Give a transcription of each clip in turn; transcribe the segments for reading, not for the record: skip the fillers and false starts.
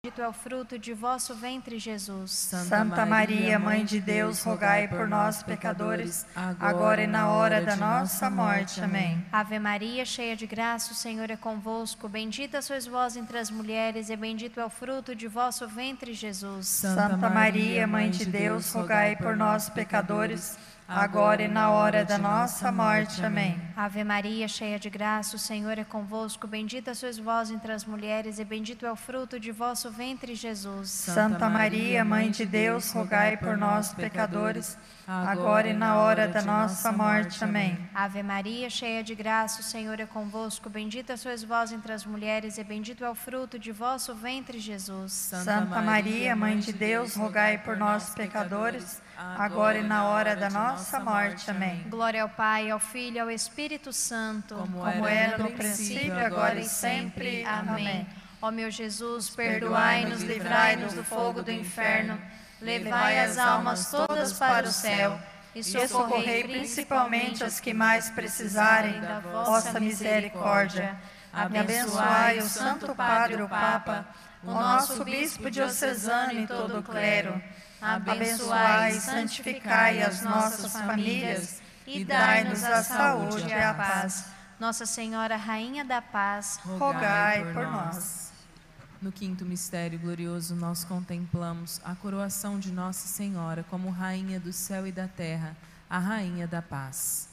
Bendito é o fruto de vosso ventre, Jesus. Santa Maria, Mãe de Deus, rogai por nós, pecadores, agora e na hora da nossa morte. Amém. Ave Maria, cheia de graça, o Senhor é convosco. Bendita sois vós entre as mulheres, e bendito é o fruto de vosso ventre, Jesus. Santa Maria, Mãe de Deus, rogai por nós, pecadores, agora e na hora da nossa morte. Amém. Ave Maria, cheia de graça, o Senhor é convosco. Bendita sois vós entre as mulheres, e bendito é o fruto de vosso ventre, Jesus. Santa Maria, Mãe de Deus, rogai por nós, pecadores, agora e na hora da nossa morte. Amém. Ave Maria, cheia de graça, o Senhor é convosco. Bendita sois vós entre as mulheres, e bendito é o fruto de vosso ventre, Jesus. Santa Maria, Mãe de Deus, rogai por nós, pecadores, agora e na hora da nossa morte. Amém. Glória ao Pai, ao Filho e ao Espírito Santo, como era no princípio, agora e sempre. Amém. Ó meu Jesus, perdoai-nos, livrai-nos do fogo do inferno, levai as almas todas para o céu e socorrei principalmente as que mais precisarem da vossa misericórdia. Abençoai o Santo Padre, o Papa, o nosso Bispo diocesano e todo o clero. Abençoai e santificai as nossas famílias e dai-nos a saúde e a paz. Nossa Senhora, Rainha da Paz, rogai por nós. No quinto mistério glorioso, nós contemplamos a coroação de Nossa Senhora como Rainha do céu e da terra, a Rainha da Paz.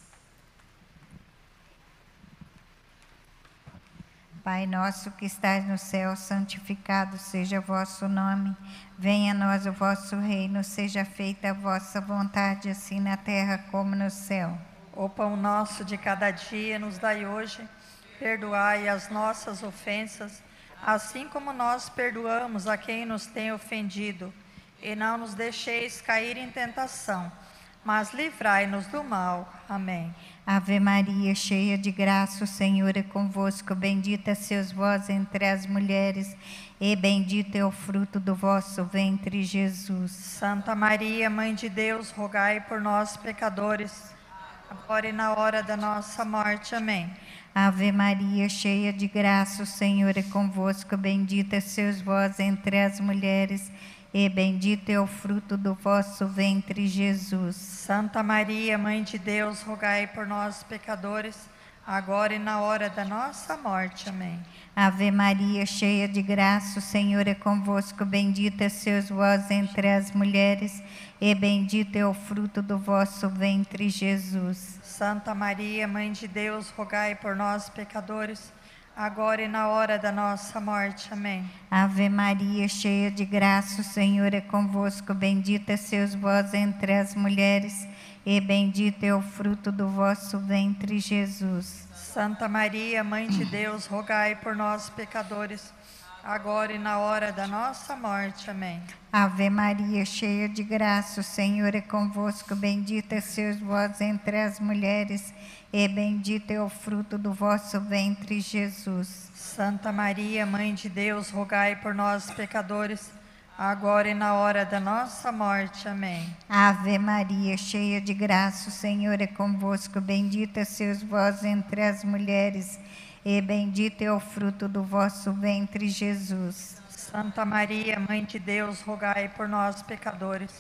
Pai nosso que estais no céu, santificado seja o vosso nome. Venha a nós o vosso reino, seja feita a vossa vontade, assim na terra como no céu. O pão nosso de cada dia nos dai hoje. Perdoai as nossas ofensas, assim como nós perdoamos a quem nos tem ofendido. E não nos deixeis cair em tentação, mas livrai-nos do mal. Amém. Ave Maria, cheia de graça, o Senhor é convosco. Bendita sois vós entre as mulheres, e bendito é o fruto do vosso ventre, Jesus. Santa Maria, Mãe de Deus, rogai por nós, pecadores, agora e na hora da nossa morte. Amém. Ave Maria, cheia de graça, o Senhor é convosco. Bendita sois vós entre as mulheres, e bendito é o fruto do vosso ventre, Jesus. Santa Maria, Mãe de Deus, rogai por nós, pecadores, agora e na hora da nossa morte. Amém. Ave Maria, cheia de graça, o Senhor é convosco. Bendita sois vós entre as mulheres, e bendito é o fruto do vosso ventre, Jesus. Santa Maria, Mãe de Deus, rogai por nós, pecadores, agora e na hora da nossa morte. Amém. Ave Maria, cheia de graça, o Senhor é convosco. Bendita sois vós entre as mulheres, e bendito é o fruto do vosso ventre, Jesus. Santa Maria, Mãe de Deus, rogai por nós, pecadores, agora e na hora da nossa morte. Amém. Ave Maria, cheia de graça, o Senhor é convosco. Bendita sois vós entre as mulheres, e bendito é o fruto do vosso ventre, Jesus. Santa Maria, Mãe de Deus, rogai por nós, pecadores, agora e na hora da nossa morte. Amém. Ave Maria, cheia de graça, o Senhor é convosco. Bendita sois vós entre as mulheres, e bendito é o fruto do vosso ventre, Jesus. Santa Maria, Mãe de Deus, rogai por nós, pecadores,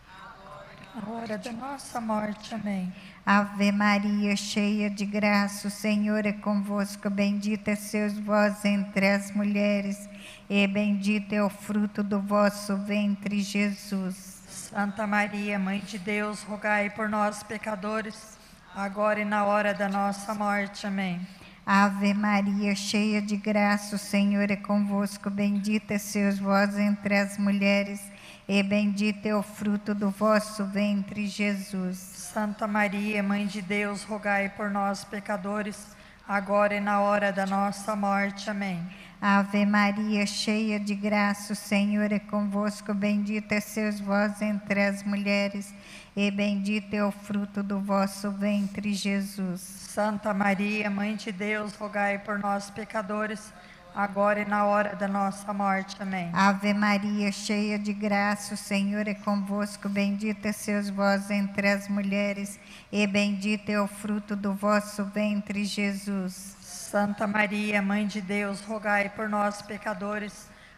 na hora da nossa morte. Amém. Ave Maria, cheia de graça, o Senhor é convosco. Bendita sois vós entre as mulheres, e bendito é o fruto do vosso ventre, Jesus. Santa Maria, Mãe de Deus, rogai por nós, pecadores, agora e na hora da nossa morte. Amém. Ave Maria, cheia de graça, o Senhor é convosco. Bendita sois vós entre as mulheres, e bendito é o fruto do vosso ventre, Jesus. Santa Maria, Mãe de Deus, rogai por nós, pecadores, agora e na hora da nossa morte. Amém. Ave Maria, cheia de graça, o Senhor é convosco. Bendita sois vós entre as mulheres, e bendito é o fruto do vosso ventre, Jesus. Santa Maria, Mãe de Deus, rogai por nós, pecadores, agora e na hora da nossa morte. Amém. Ave Maria, cheia de graça, o Senhor é convosco. Bendita sois vós entre as mulheres, e bendito é o fruto do vosso ventre, Jesus. Santa Maria, Mãe de Deus, rogai por nós, pecadores,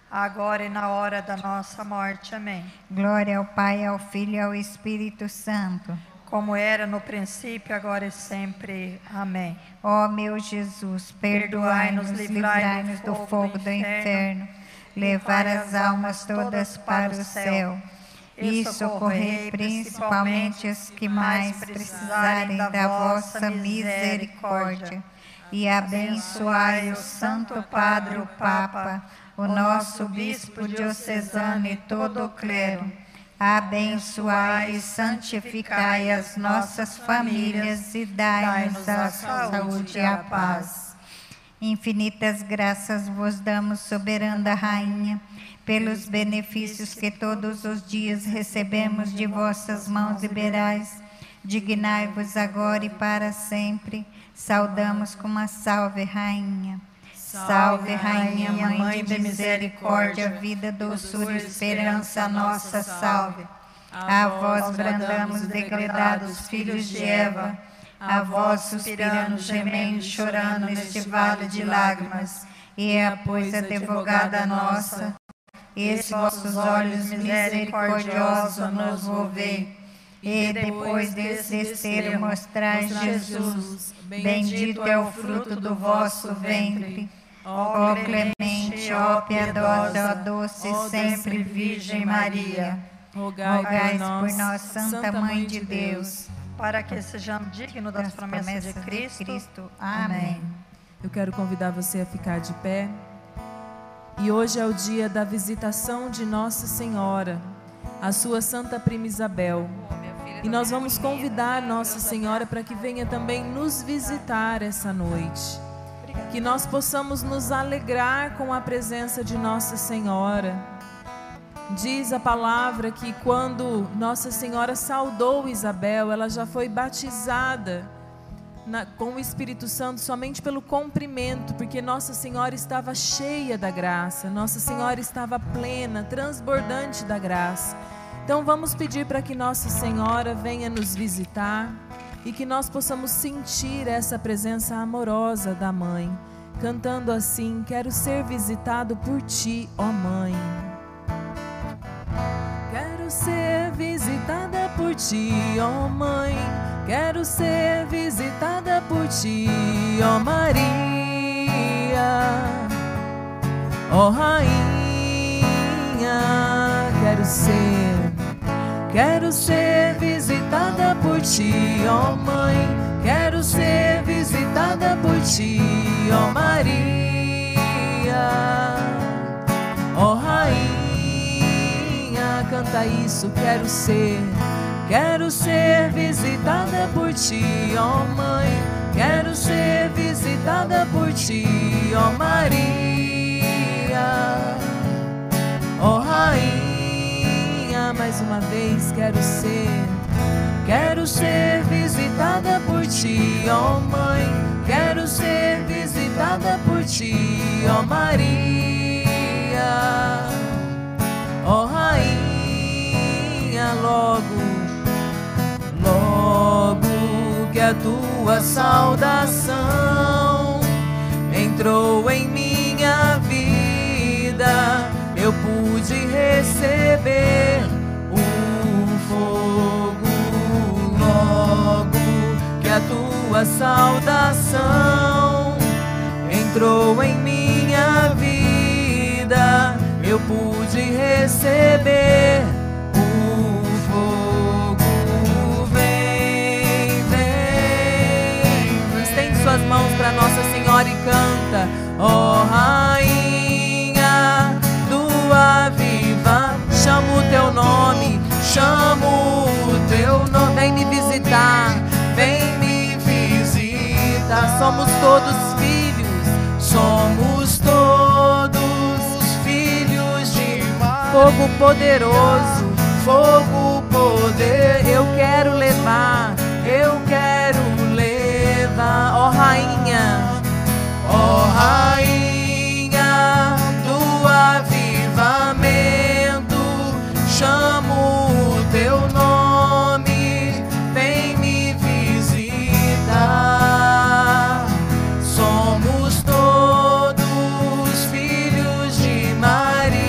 agora e na hora da nossa morte. Amém. Glória ao Pai, ao Filho e ao Espírito Santo, como era no princípio, agora e sempre. Amém. Ó meu Jesus, perdoai-nos, livrai-nos do fogo do inferno, levar as almas todas para o céu e socorrei principalmente os que mais precisarem da vossa misericórdia. E abençoai o Santo Padre, o Papa, o nosso Bispo diocesano e todo o clero. Abençoai e santificai as nossas famílias e dai-nos a saúde e a paz. Infinitas graças vos damos, soberana Rainha, pelos benefícios que todos os dias recebemos de vossas mãos liberais. Dignai-vos agora e para sempre. Saudamos com uma salve, Rainha. Salve, Rainha, Mãe de misericórdia, vida, doçura e esperança, nossa salve. A vós bradamos, degredados filhos de Eva, a vós suspirando, gemendo e chorando neste vale de lágrimas, e a pois advogada nossa, esses vossos olhos misericordiosos nos volvei, e depois desse desterro mostrai Jesus, bendito é o fruto do vosso ventre. Ó clemente, ó piedosa, ó doce, sempre Virgem Maria, rogai por nós, Santa Mãe de Deus, para que sejamos dignos das promessas de Cristo. Amém. Eu quero convidar você a ficar de pé. E hoje é o dia da visitação de Nossa Senhora, a sua Santa Prima Isabel. E nós vamos convidar Nossa Senhora para que venha também nos visitar essa noite. Que nós possamos nos alegrar com a presença de Nossa Senhora. Diz a palavra que quando Nossa Senhora saudou Isabel, ela já foi batizada com o Espírito Santo somente pelo cumprimento, porque Nossa Senhora estava cheia da graça, Nossa Senhora estava plena, transbordante da graça. Então vamos pedir para que Nossa Senhora venha nos visitar e que nós possamos sentir essa presença amorosa da Mãe, cantando assim: quero ser visitado por Ti, ó Mãe. Quero ser visitada por Ti, ó Mãe. Quero ser visitada por Ti, ó Maria, ó Rainha. Quero ser visitada por Ti, ó Mãe. Quero ser visitada por Ti, ó Maria, ó Rainha. Canta isso, quero ser visitada por Ti, ó Mãe. Quero ser visitada por Ti, ó Maria, ó Rainha. Mais uma vez, quero ser visitada por Ti, ó Mãe. Quero ser visitada por Ti, ó Maria, ó Rainha. Logo que a Tua saudação entrou em minha vida, eu pude receber o fogo. Logo que a Tua saudação entrou em minha vida, eu pude receber o fogo. Vem, estende suas mãos para Nossa Senhora e canta: ó Rainha do Aviva, chamo o Teu nome, vem me visitar, vem me visitar. Somos todos filhos de fogo poderoso, fogo poder. Eu quero levar, ó Rainha do avivamento, chamo o Teu nome, vem me visitar. Somos todos filhos de Maria.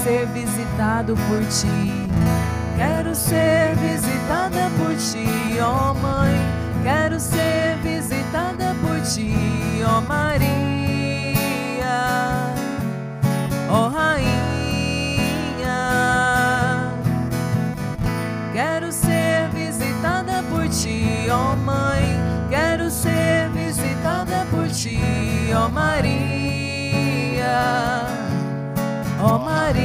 ser visitado por ti. Quero ser visitada por ti, ó Mãe. Quero ser visitada por ti, ó Maria, ó Rainha. Quero ser visitada por ti, ó Mãe. Quero ser visitada por ti, ó Maria, ó Maria.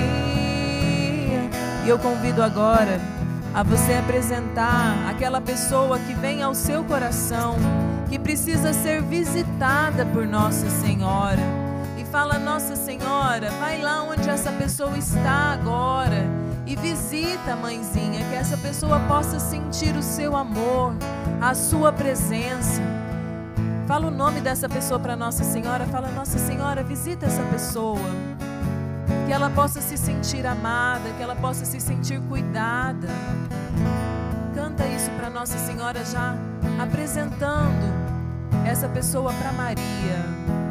E eu convido agora a você apresentar aquela pessoa que vem ao seu coração, que precisa ser visitada por Nossa Senhora. E fala: Nossa Senhora, vai lá onde essa pessoa está agora e visita a mãezinha, que essa pessoa possa sentir o seu amor, a sua presença. Fala o nome dessa pessoa para Nossa Senhora. Fala: Nossa Senhora, visita essa pessoa, que ela possa se sentir amada, que ela possa se sentir cuidada. Canta isso para Nossa Senhora, já apresentando essa pessoa para Maria.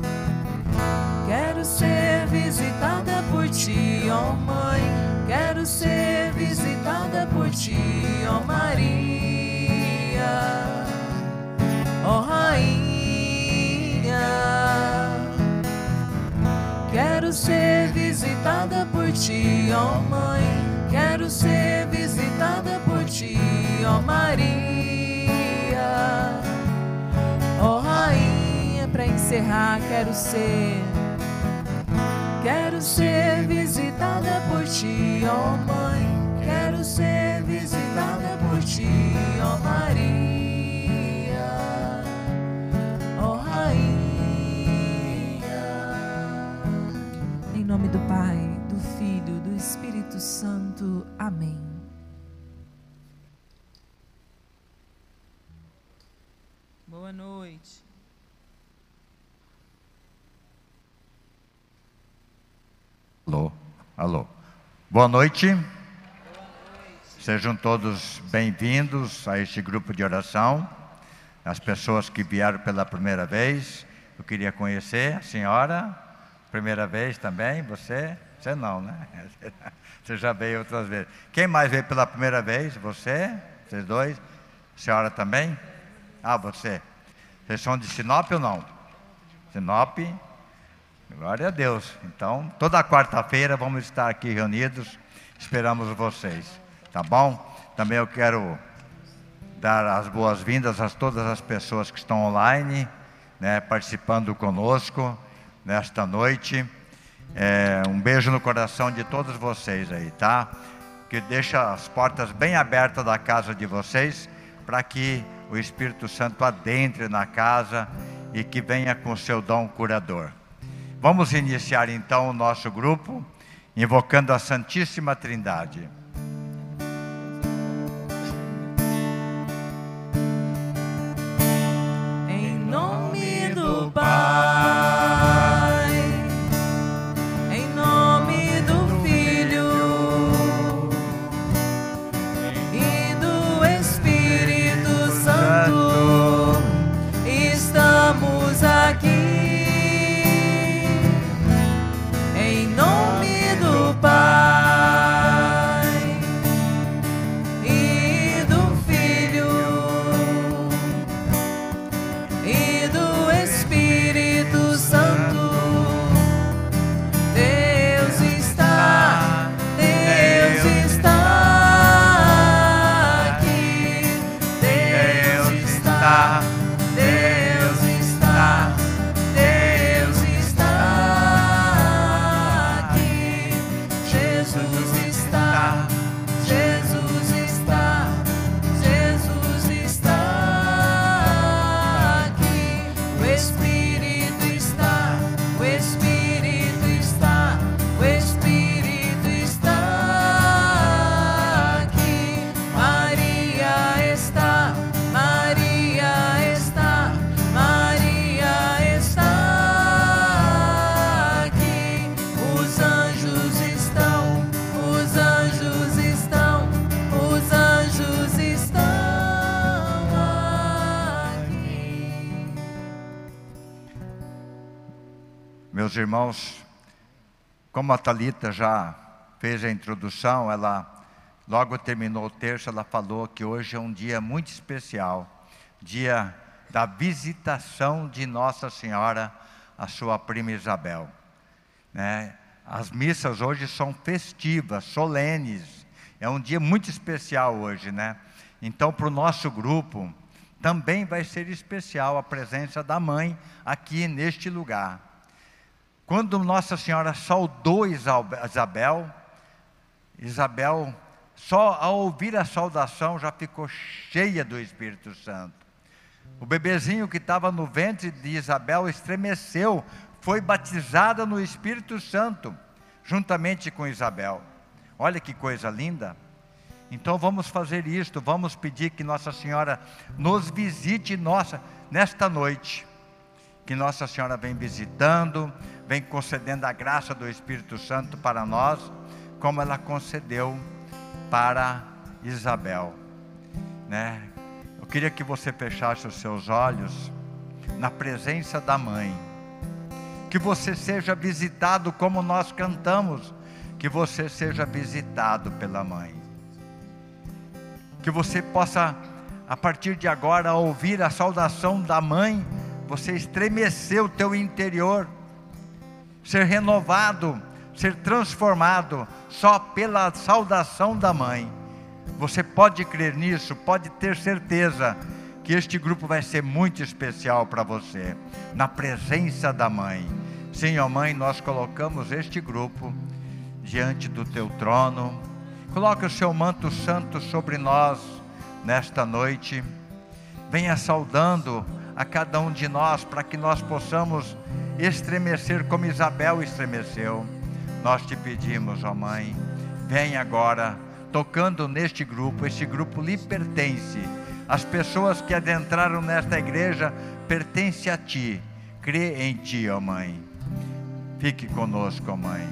Quero ser visitada por ti, ó Mãe. Quero ser visitada por ti, ó Maria, ó Rainha. Quero ser visitada por ti, ó Mãe. Quero ser visitada por ti, ó Maria, ó Rainha. Para encerrar, quero ser visitada por ti, ó Mãe. Quero ser visitada por ti, ó Maria, ó Rainha. Em nome do Pai, do Filho, do Espírito Santo. Amém. Boa noite. Alô, alô. Boa noite. Sejam todos bem-vindos a este grupo de oração. As pessoas que vieram pela primeira vez, eu queria conhecer a senhora. Primeira vez também, você? Você não, né? Você já veio outras vezes. Quem mais veio pela primeira vez? Você? Vocês dois? A senhora também? Ah, você. Vocês são de Sinop ou não? Sinop? Glória a Deus. Então, toda quarta-feira vamos estar aqui reunidos. Esperamos vocês. Tá bom? Também eu quero dar as boas-vindas a todas as pessoas que estão online, né, participando conosco nesta noite. Um beijo no coração de todos vocês aí, tá? Que deixa as portas bem abertas da casa de vocês, para que o Espírito Santo adentre na casa e que venha com o seu dom curador. Vamos iniciar então o nosso grupo, invocando a Santíssima Trindade. Em nome do Pai, em nome do Filho e do Espírito Santo, estamos aqui. Em nome do Pai e do Filho e do Espírito Santo, Deus está aqui. Deus está aqui. Jesus está aqui. O Espírito está aqui. Maria está aqui. Os anjos estão aqui. Meus irmãos, como a Thalita já fez a introdução, ela logo terminou o terço, ela falou que hoje é um dia muito especial, dia da visitação de Nossa Senhora, a sua prima Isabel, né? As missas hoje são festivas, solenes, é um dia muito especial hoje, né? Então, para o nosso grupo, também vai ser especial a presença da mãe aqui neste lugar. Quando Nossa Senhora saudou Isabel, só ao ouvir a saudação, já ficou cheia do Espírito Santo. O bebezinho que estava no ventre de Isabel estremeceu, foi batizada no Espírito Santo, juntamente com Isabel. Olha que coisa linda. Então vamos fazer isto, vamos pedir que Nossa Senhora nos visite nesta noite. Que Nossa Senhora vem visitando, vem concedendo a graça do Espírito Santo para nós, como ela concedeu para Isabel, né? Eu queria que você fechasse os seus olhos na presença da mãe. Que você seja visitado como nós cantamos, que você seja visitado pela mãe. Que você possa, a partir de agora, ouvir a saudação da mãe, você estremecer o teu interior, ser renovado, ser transformado, só pela saudação da mãe. Você pode crer nisso, pode ter certeza, que este grupo vai ser muito especial para você, na presença da mãe. Sim, ó mãe, nós colocamos este grupo diante do teu trono. Coloque o seu manto santo sobre nós nesta noite. Venha saudando a cada um de nós, para que nós possamos estremecer como Isabel estremeceu. Nós te pedimos, ó mãe, vem agora tocando neste grupo. Este grupo lhe pertence. As pessoas que adentraram nesta igreja pertencem a ti. Crê em ti, ó mãe. Fique conosco, ó mãe.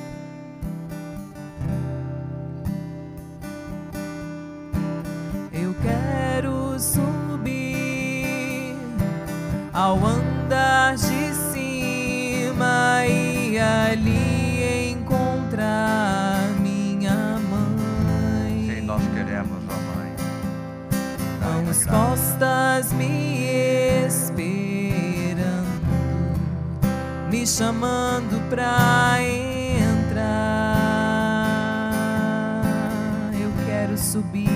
Eu quero subir ao andar de cima e ali encontrar minha mãe. Sim, nós queremos, ó mãe. Mãos postas me esperando, me chamando pra entrar. Eu quero subir,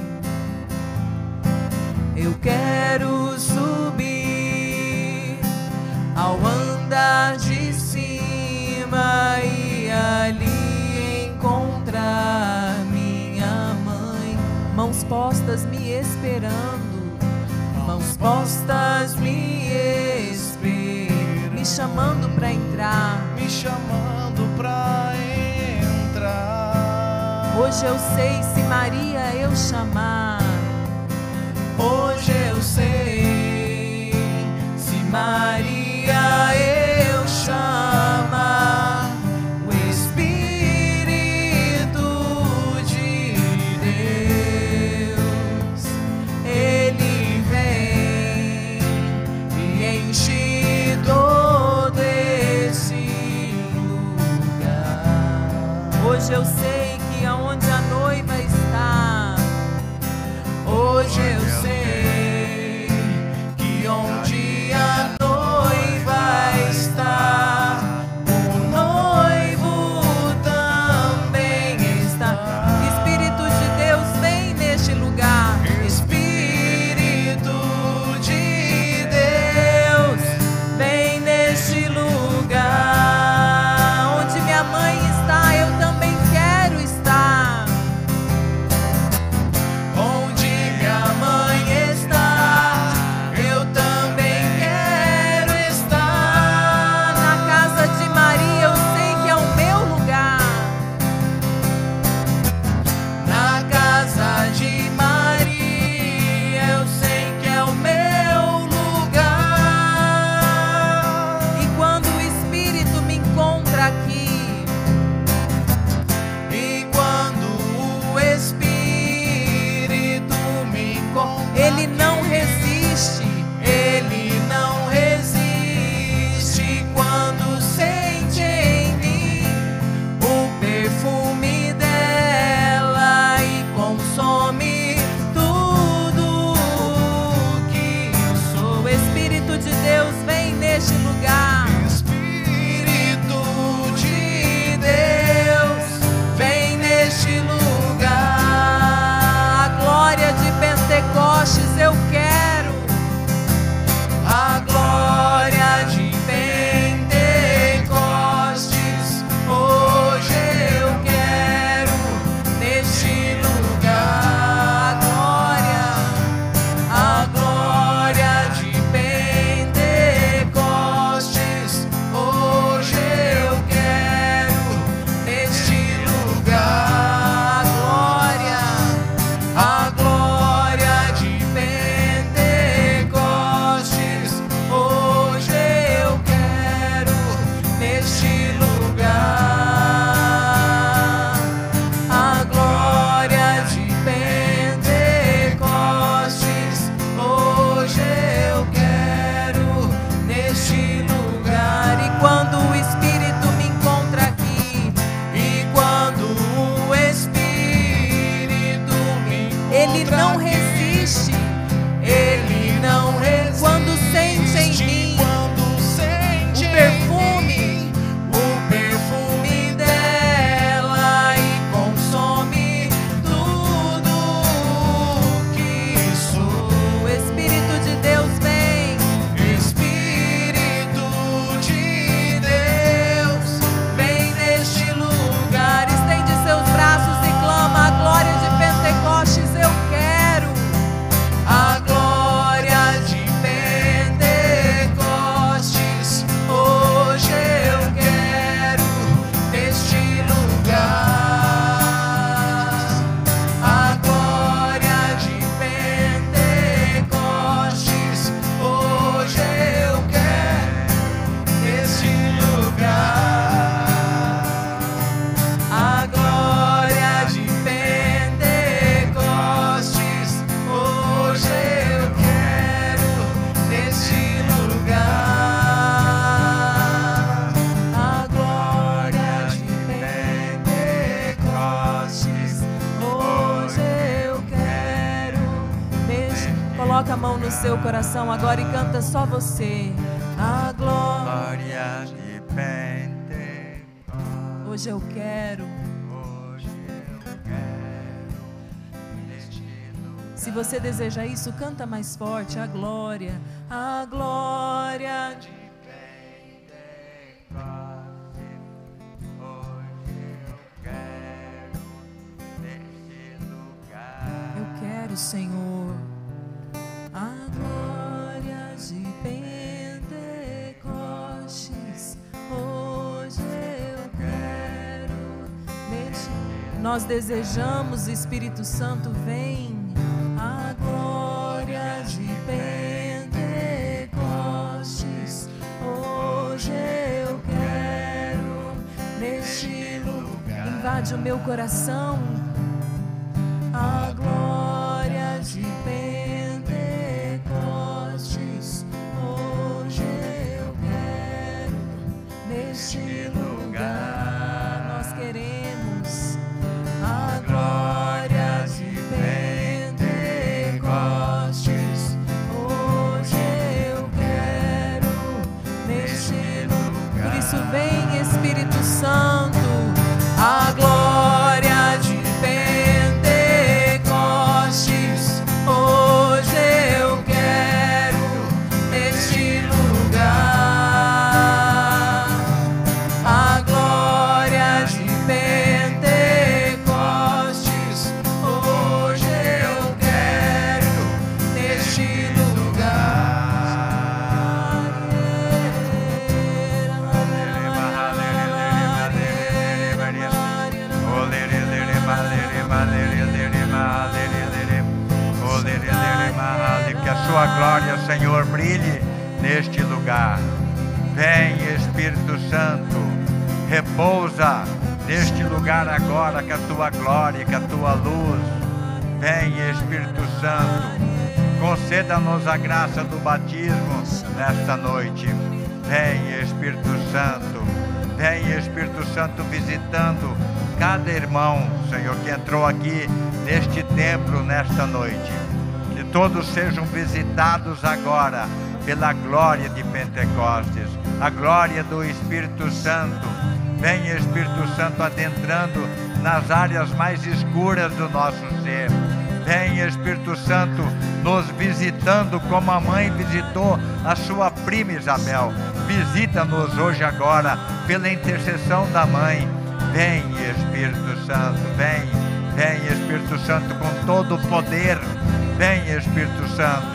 eu quero subir ao andar de cima e ali encontrar minha mãe. Mãos postas me esperando, mãos postas me esperando, me chamando pra entrar, me chamando pra entrar. Hoje eu sei, se Maria eu chamar, hoje eu sei, se Maria eu chamar, o Espírito de Deus, Ele vem e enche todo esse lugar. Hoje eu sei que aonde a noiva está, hoje eu sei seu coração agora e canta só você. A glória de Pentecostes. Hoje eu quero. Se você deseja isso, canta mais forte. A glória de Pentecostes. Hoje eu quero neste lugar. Eu quero, Senhor, a glória de Pentecostes. Hoje eu quero neste. Nós desejamos, Espírito Santo, vem. A glória de Pentecostes, hoje eu quero neste lugar. Invade o meu coração. A glória de Pentecostes, hoje eu quero neste lugar. Nós queremos a glória de Pentecostes, hoje eu quero neste lugar. Por isso vem, Espírito Santo, a glória de Pentecostes, hoje eu quero neste lugar. A glória de Pentecostes, hoje eu quero neste lugar. Que a sua glória, Senhor, brilhe neste lugar. Vem, Espírito Santo, repousa neste lugar agora com a tua glória, com a tua luz. Vem, Espírito Santo, conceda-nos a graça do batismo nesta noite. Vem, Espírito Santo, vem, Espírito Santo, visitando cada irmão, Senhor, que entrou aqui neste templo nesta noite. Que todos sejam visitados agora pela glória de Pentecostes, a glória do Espírito Santo. Vem, Espírito Santo, adentrando nas áreas mais escuras do nosso ser. Vem, Espírito Santo, nos visitando como a mãe visitou a sua prima Isabel. Visita-nos hoje agora pela intercessão da mãe. Vem, Espírito Santo, vem. Vem, Espírito Santo, com todo o poder. Vem, Espírito Santo.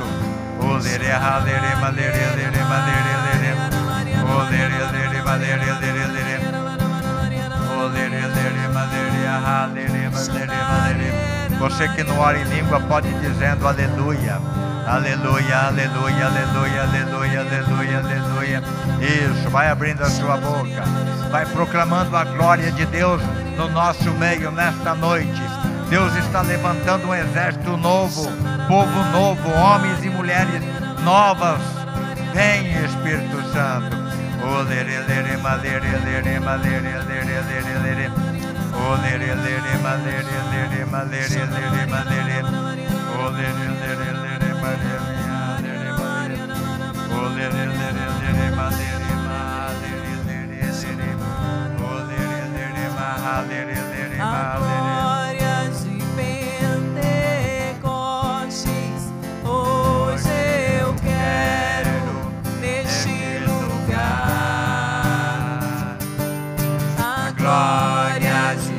Você que não ora em língua pode ir dizendo aleluia. Aleluia, aleluia, aleluia, aleluia, aleluia, aleluia. Isso, vai abrindo a sua boca. Vai proclamando a glória de Deus no nosso meio nesta noite. Deus está levantando um exército novo, povo novo, homens e mulheres novas. Vem, Espírito Santo. A glória de Pentecostes, hoje eu quero neste lugar. A glória de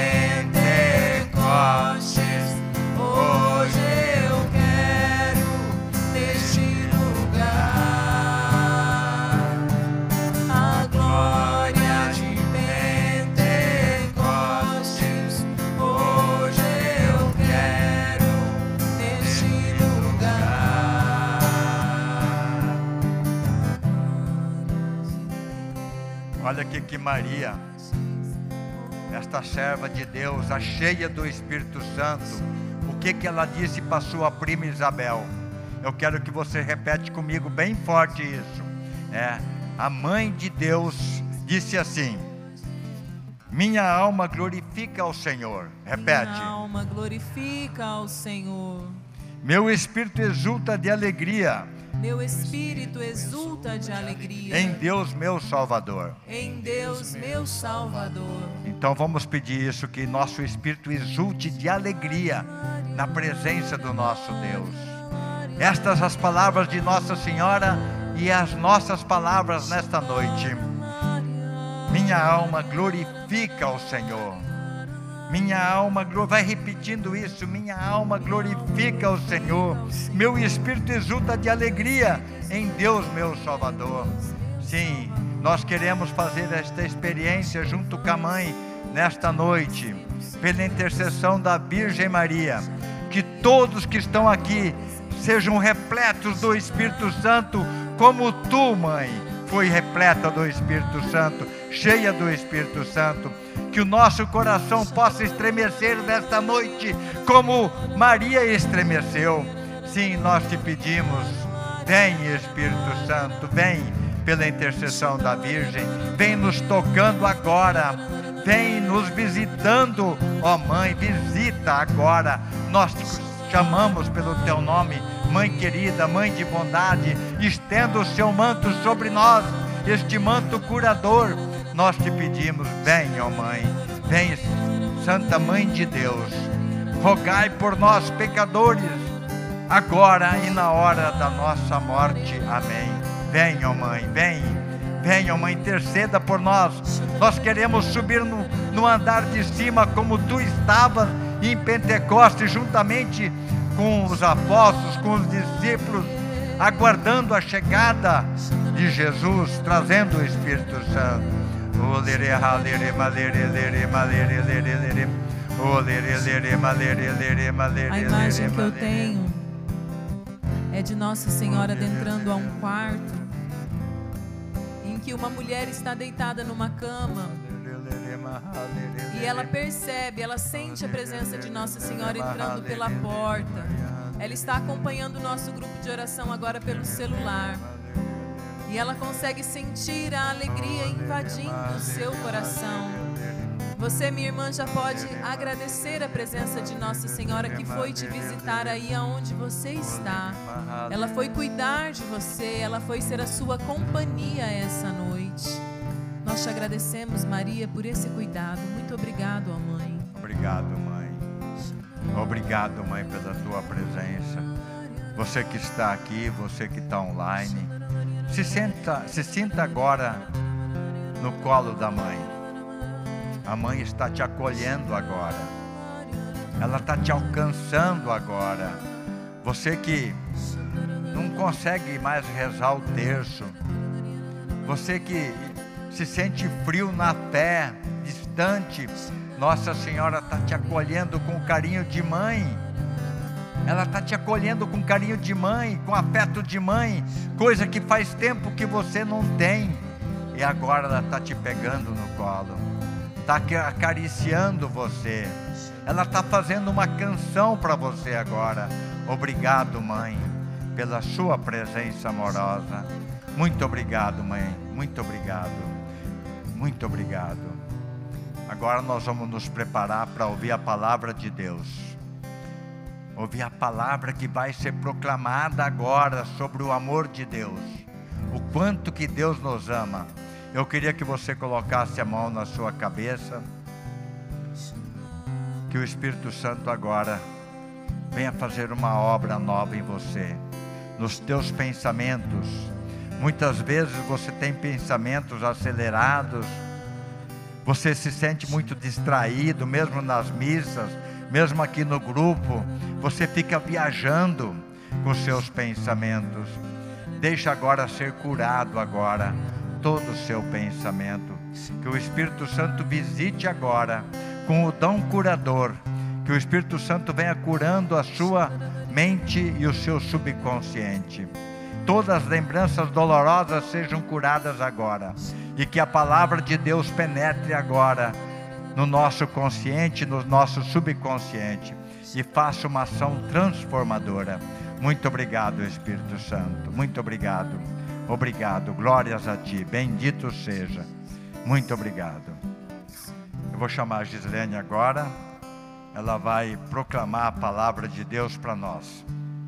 Pentecostes, hoje eu quero neste lugar. A glória de Pentecostes, hoje eu quero neste lugar. Olha aqui que Maria, esta serva de Deus, a cheia do Espírito Santo, o que ela disse para sua prima Isabel? Eu quero que você repete comigo bem forte isso. A mãe de Deus disse assim: minha alma glorifica ao Senhor. Repete. Minha alma glorifica ao Senhor. Meu espírito exulta de alegria. Meu espírito exulta de alegria. Em Deus, meu Salvador. Em Deus, meu Salvador. Então vamos pedir isso, que nosso espírito exulte de alegria na presença do nosso Deus. Estas as palavras de Nossa Senhora e as nossas palavras nesta noite. Minha alma glorifica o Senhor. Minha alma, vai repetindo isso, minha alma glorifica o Senhor. Meu espírito exulta de alegria em Deus, meu Salvador. Sim, nós queremos fazer esta experiência junto com a Mãe nesta noite, pela intercessão da Virgem Maria. Que todos que estão aqui sejam repletos do Espírito Santo, como tu, Mãe, foi repleta do Espírito Santo, cheia do Espírito Santo. Que o nosso coração possa estremecer nesta noite, como Maria estremeceu. Sim, nós te pedimos, vem Espírito Santo, vem pela intercessão da Virgem, vem nos tocando agora, vem nos visitando, ó Mãe, visita agora. Nós te chamamos pelo teu nome, Mãe querida, Mãe de bondade, estenda o seu manto sobre nós, este manto curador. Nós te pedimos, vem, ó Mãe, vem, Santa Mãe de Deus, rogai por nós pecadores, agora e na hora da nossa morte. Amém. Vem, ó Mãe, vem, vem, ó Mãe, interceda por nós. Nós queremos subir no andar de cima, como tu estavas em Pentecostes, juntamente com os apóstolos, com os discípulos, aguardando a chegada de Jesus, trazendo o Espírito Santo. A imagem que eu tenho é de Nossa Senhora adentrando a um quarto em que uma mulher está deitada numa cama e ela percebe, ela sente a presença de Nossa Senhora entrando pela porta. Ela está acompanhando o nosso grupo de oração agora pelo celular. E ela consegue sentir a alegria invadindo o seu coração. Você, minha irmã, já pode agradecer a presença de Nossa Senhora, que foi te visitar aí aonde você está. Ela foi cuidar de você, ela foi ser a sua companhia essa noite. Nós te agradecemos, Maria, por esse cuidado. Muito obrigado, ó Mãe. Obrigado, Mãe. Obrigado, Mãe, pela tua presença. Você que está aqui, você que está online, se sinta agora no colo da Mãe. A Mãe está te acolhendo agora. Ela está te alcançando agora. Você que não consegue mais rezar o terço, você que se sente frio na fé, distante, Nossa Senhora está te acolhendo com carinho de mãe. Ela está te acolhendo com carinho de mãe, com afeto de mãe, coisa que faz tempo que você não tem. E agora ela está te pegando no colo, está acariciando você. Ela está fazendo uma canção para você agora. Obrigado, Mãe, pela sua presença amorosa. Muito obrigado, Mãe. Muito obrigado. Muito obrigado. Agora nós vamos nos preparar para ouvir a palavra de Deus. Ouvir a palavra que vai ser proclamada agora sobre o amor de Deus, o quanto que Deus nos ama. Eu queria que você colocasse a mão na sua cabeça, que o Espírito Santo agora venha fazer uma obra nova em você, nos teus pensamentos. Muitas vezes você tem pensamentos acelerados, você se sente muito distraído, mesmo nas missas, mesmo aqui no grupo, você fica viajando com seus pensamentos. Deixa agora ser curado agora todo o seu pensamento. Que o Espírito Santo visite agora com o dom curador. Que o Espírito Santo venha curando a sua mente e o seu subconsciente. Todas as lembranças dolorosas sejam curadas agora. E que a palavra de Deus penetre agora no nosso consciente, no nosso subconsciente, e faça uma ação transformadora. Muito obrigado, Espírito Santo. Muito obrigado. Obrigado. Glórias a Ti. Bendito seja. Muito obrigado. Eu vou chamar a Gislene agora. Ela vai proclamar a palavra de Deus para nós.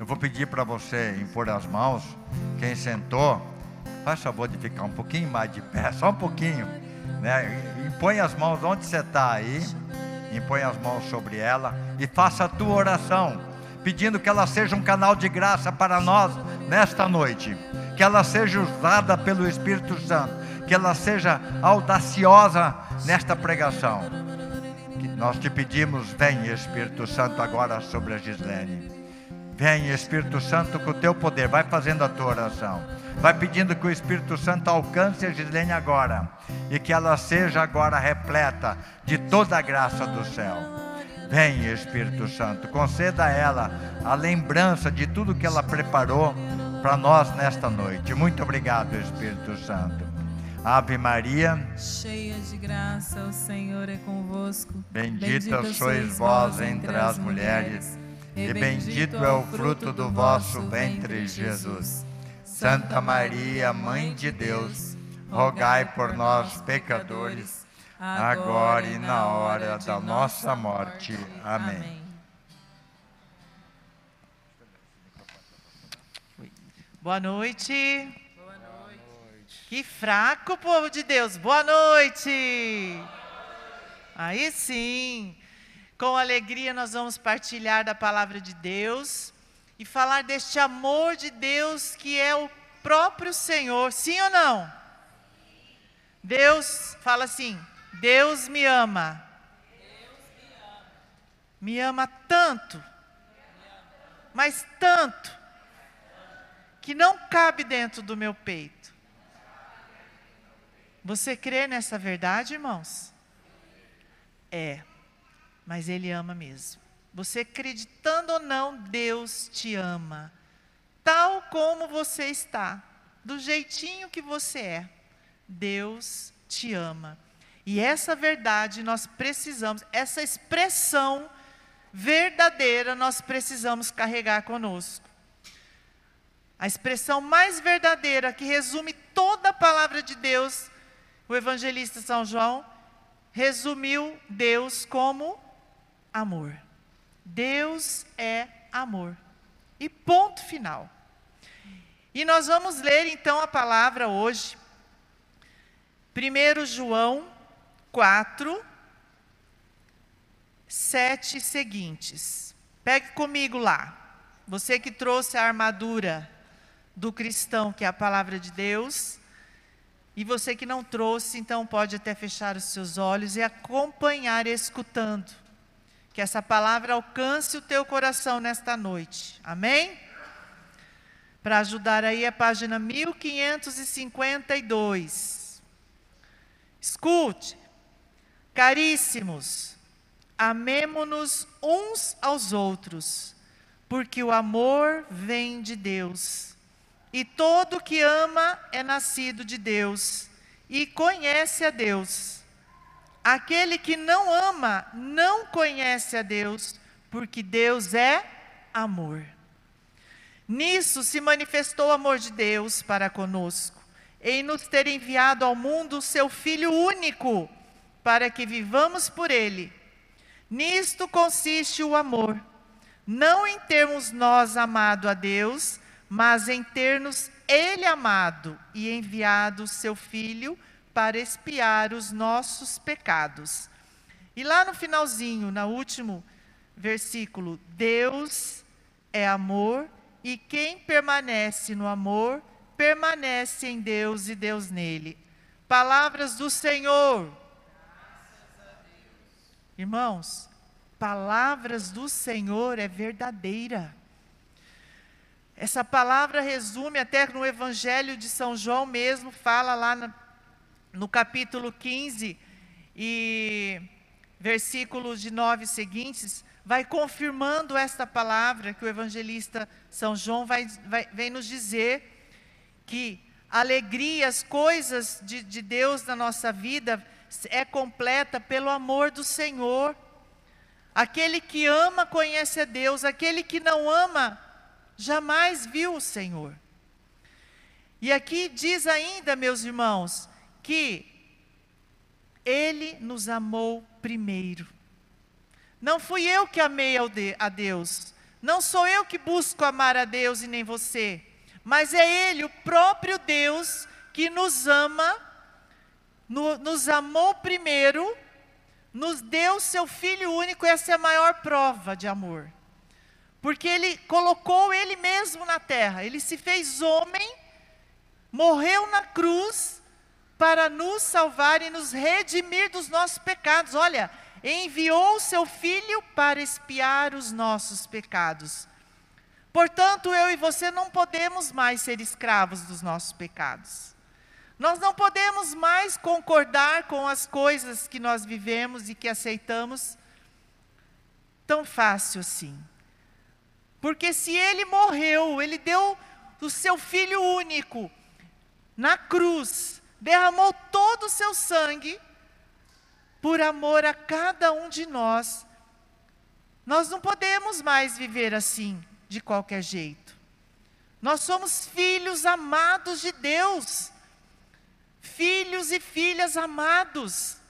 vou pedir para você impor as mãos. Quem sentou, faz favor de ficar um pouquinho mais de pé, só um pouquinho, né? Impõe as mãos onde você está aí, impõe as mãos sobre ela e faça a tua oração, pedindo que ela seja um canal de graça para nós nesta noite, que ela seja usada pelo Espírito Santo, que ela seja audaciosa nesta pregação. Que nós te pedimos, vem Espírito Santo agora sobre a Gislene. Vem Espírito Santo com o teu poder, vai fazendo a tua oração. Vai pedindo que o Espírito Santo alcance a Gislene agora, e que ela seja agora repleta de toda a graça do céu. Vem Espírito Santo, conceda a ela a lembrança de tudo que ela preparou para nós nesta noite. Muito obrigado, Espírito Santo. Ave Maria, cheia de graça, o Senhor é convosco. Bendita sois vós entre as mulheres, e bendito é o fruto do vosso ventre, Jesus. Santa Maria, Mãe de Deus, rogai por nós, pecadores, agora e na hora da nossa morte. Amém. Boa noite. Boa noite. Que fraco, povo de Deus. Boa noite. Aí sim. Com alegria nós vamos partilhar da palavra de Deus e falar deste amor de Deus que é o próprio Senhor. Sim ou não? Deus, fala assim, Deus me ama. Me ama tanto, mas tanto, que não cabe dentro do meu peito. Você crê nessa verdade, irmãos? É, mas Ele ama mesmo. Você acreditando ou não, Deus te ama. Tal como você está, do jeitinho que você é, Deus te ama. E essa verdade nós precisamos, essa expressão verdadeira nós precisamos carregar conosco. A expressão mais verdadeira que resume toda a palavra de Deus, o evangelista São João resumiu Deus como amor. Deus é amor. E ponto final. E nós vamos ler então a palavra hoje. 1 João 4, 7 seguintes. Pegue comigo lá. Você que trouxe a armadura do cristão, que é a palavra de Deus. E você que não trouxe, então pode até fechar os seus olhos e acompanhar escutando. Que essa palavra alcance o teu coração nesta noite. Amém? Para ajudar aí a página 1552. Escute. Caríssimos, amemo-nos uns aos outros, porque o amor vem de Deus. E todo que ama é nascido de Deus e conhece a Deus. Aquele que não ama não conhece a Deus, porque Deus é amor. Nisso se manifestou o amor de Deus para conosco, em nos ter enviado ao mundo o seu Filho único, para que vivamos por Ele. Nisto consiste o amor, não em termos nós amado a Deus, mas em ter-nos Ele amado e enviado o seu Filho para expiar os nossos pecados. E lá no finalzinho, no último versículo, Deus é amor e quem permanece no amor, permanece em Deus e Deus nele. Palavras do Senhor. Irmãos, palavras do Senhor é verdadeira. Essa palavra resume até no Evangelho de São João mesmo, fala lá no capítulo 15 e versículos de 9 seguintes, vai confirmando esta palavra que o evangelista São João vem nos dizer que a alegria, as coisas de Deus na nossa vida é completa pelo amor do Senhor. Aquele que ama conhece a Deus, aquele que não ama jamais viu o Senhor. E aqui diz ainda, meus irmãos, que Ele nos amou primeiro. Não fui eu que amei a Deus, Não sou eu que busco amar a Deus e nem você, mas é Ele, o próprio Deus, que nos ama, nos amou primeiro, nos deu seu Filho único. Essa é a maior prova de amor. Porque Ele colocou Ele mesmo na terra, Ele se fez homem, morreu na cruz para nos salvar e nos redimir dos nossos pecados. Olha, enviou o seu Filho para expiar os nossos pecados. Portanto, eu e você não podemos mais ser escravos dos nossos pecados. Nós não podemos mais concordar com as coisas que nós vivemos e que aceitamos tão fácil assim. Porque se Ele morreu, Ele deu o seu Filho único na cruz, derramou todo o seu sangue por amor a cada um de nós. Nós não podemos mais viver assim, de qualquer jeito. Nós somos filhos amados de Deus. Filhos e filhas amados.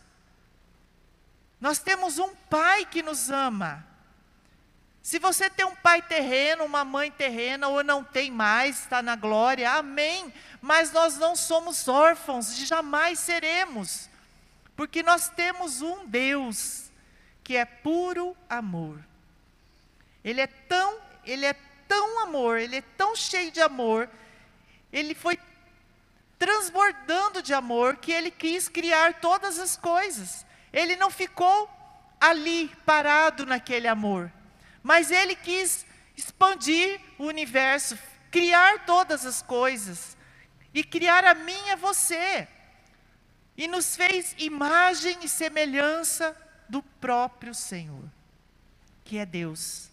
Nós temos um Pai que nos ama. Se você tem um pai terreno, uma mãe terrena, ou não tem mais, está na glória, amém. Mas nós não somos órfãos, jamais seremos. Porque nós temos um Deus que é puro amor. Ele é tão amor, Ele é tão cheio de amor, Ele foi transbordando de amor, que Ele quis criar todas as coisas. Ele não ficou ali, parado naquele amor, mas Ele quis expandir o universo, criar todas as coisas, e criar a mim e a você, e nos fez imagem e semelhança do próprio Senhor, que é Deus.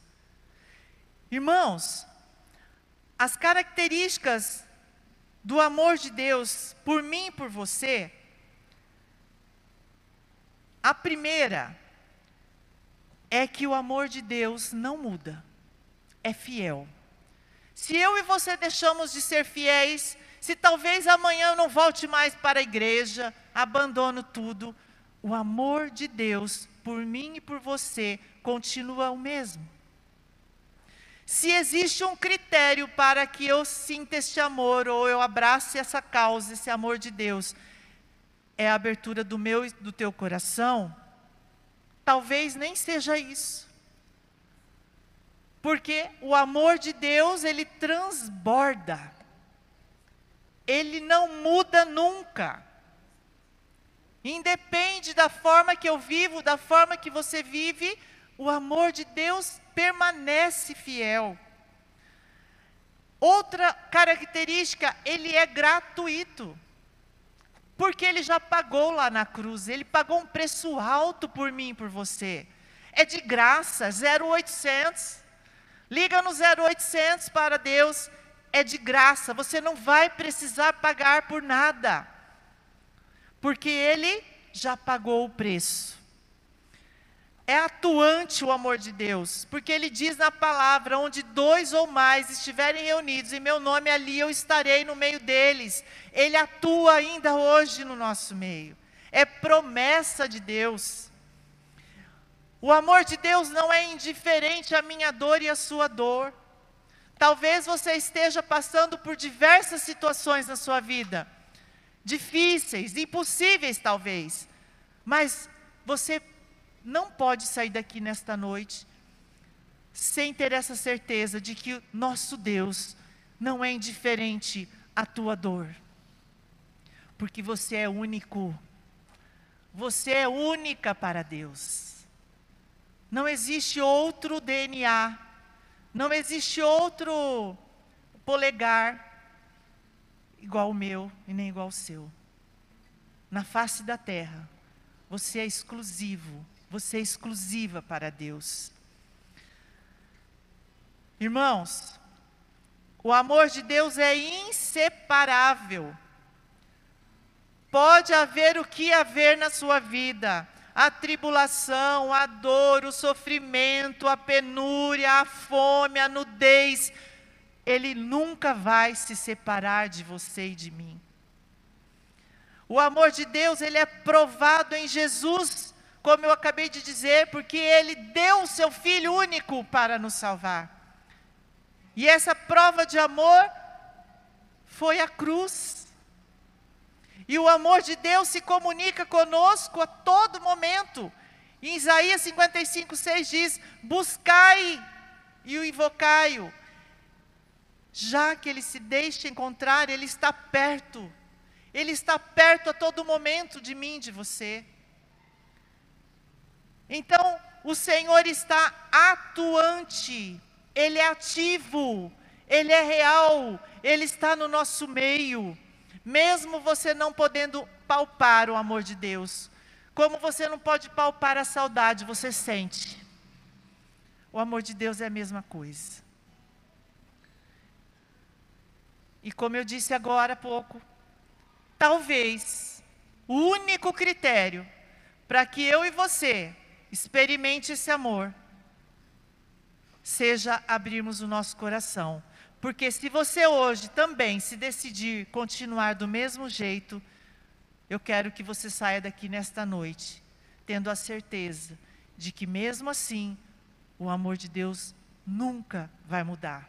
Irmãos, as características do amor de Deus por mim e por você, a primeira é que o amor de Deus não muda, é fiel. Se eu e você deixamos de ser fiéis, se talvez amanhã eu não volte mais para a igreja, abandono tudo, o amor de Deus por mim e por você continua o mesmo. Se existe um critério para que eu sinta este amor, ou eu abrace essa causa, esse amor de Deus, é a abertura do meu e do teu coração, talvez nem seja isso. Porque o amor de Deus, ele transborda. Ele não muda nunca. Independe da forma que eu vivo, da forma que você vive, o amor de Deus permanece fiel. Outra característica, Ele é gratuito. Porque Ele já pagou lá na cruz, Ele pagou um preço alto por mim e por você. É de graça, 0800. Liga no 0800 para Deus, é de graça, você não vai precisar pagar por nada. Porque Ele já pagou o preço. É atuante o amor de Deus, porque Ele diz na palavra, onde 2 ou mais estiverem reunidos em meu nome, ali eu estarei no meio deles. Ele atua ainda hoje no nosso meio. É promessa de Deus. O amor de Deus não é indiferente à minha dor e à sua dor. Talvez você esteja passando por diversas situações na sua vida, difíceis, impossíveis talvez, mas você não pode sair daqui nesta noite sem ter essa certeza de que o nosso Deus não é indiferente à tua dor. Porque você é único. Você é única para Deus. Não existe outro DNA. Não existe outro polegar igual o meu e nem igual o seu. Na face da terra, você é exclusivo. Você é exclusiva para Deus. Irmãos, o amor de Deus é inseparável. Pode haver o que haver na sua vida, a tribulação, a dor, o sofrimento, a penúria, a fome, a nudez, Ele nunca vai se separar de você e de mim. O amor de Deus, ele é provado em Jesus, como eu acabei de dizer, porque Ele deu o seu Filho único para nos salvar. E essa prova de amor foi a cruz. E o amor de Deus se comunica conosco a todo momento. Em Isaías 55:6 diz: buscai e o invocai-o. Já que ele se deixa encontrar, ele está perto. Ele está perto a todo momento de mim, de você. Então, o Senhor está atuante. Ele é ativo. Ele é real. Ele está no nosso meio. Mesmo você não podendo palpar o amor de Deus, como você não pode palpar a saudade, você sente. O amor de Deus é a mesma coisa. E como eu disse agora há pouco, talvez o único critério para que eu e você experimente esse amor seja abrirmos o nosso coração. Porque se você hoje também se decidir continuar do mesmo jeito, eu quero que você saia daqui nesta noite, tendo a certeza de que mesmo assim, o amor de Deus nunca vai mudar.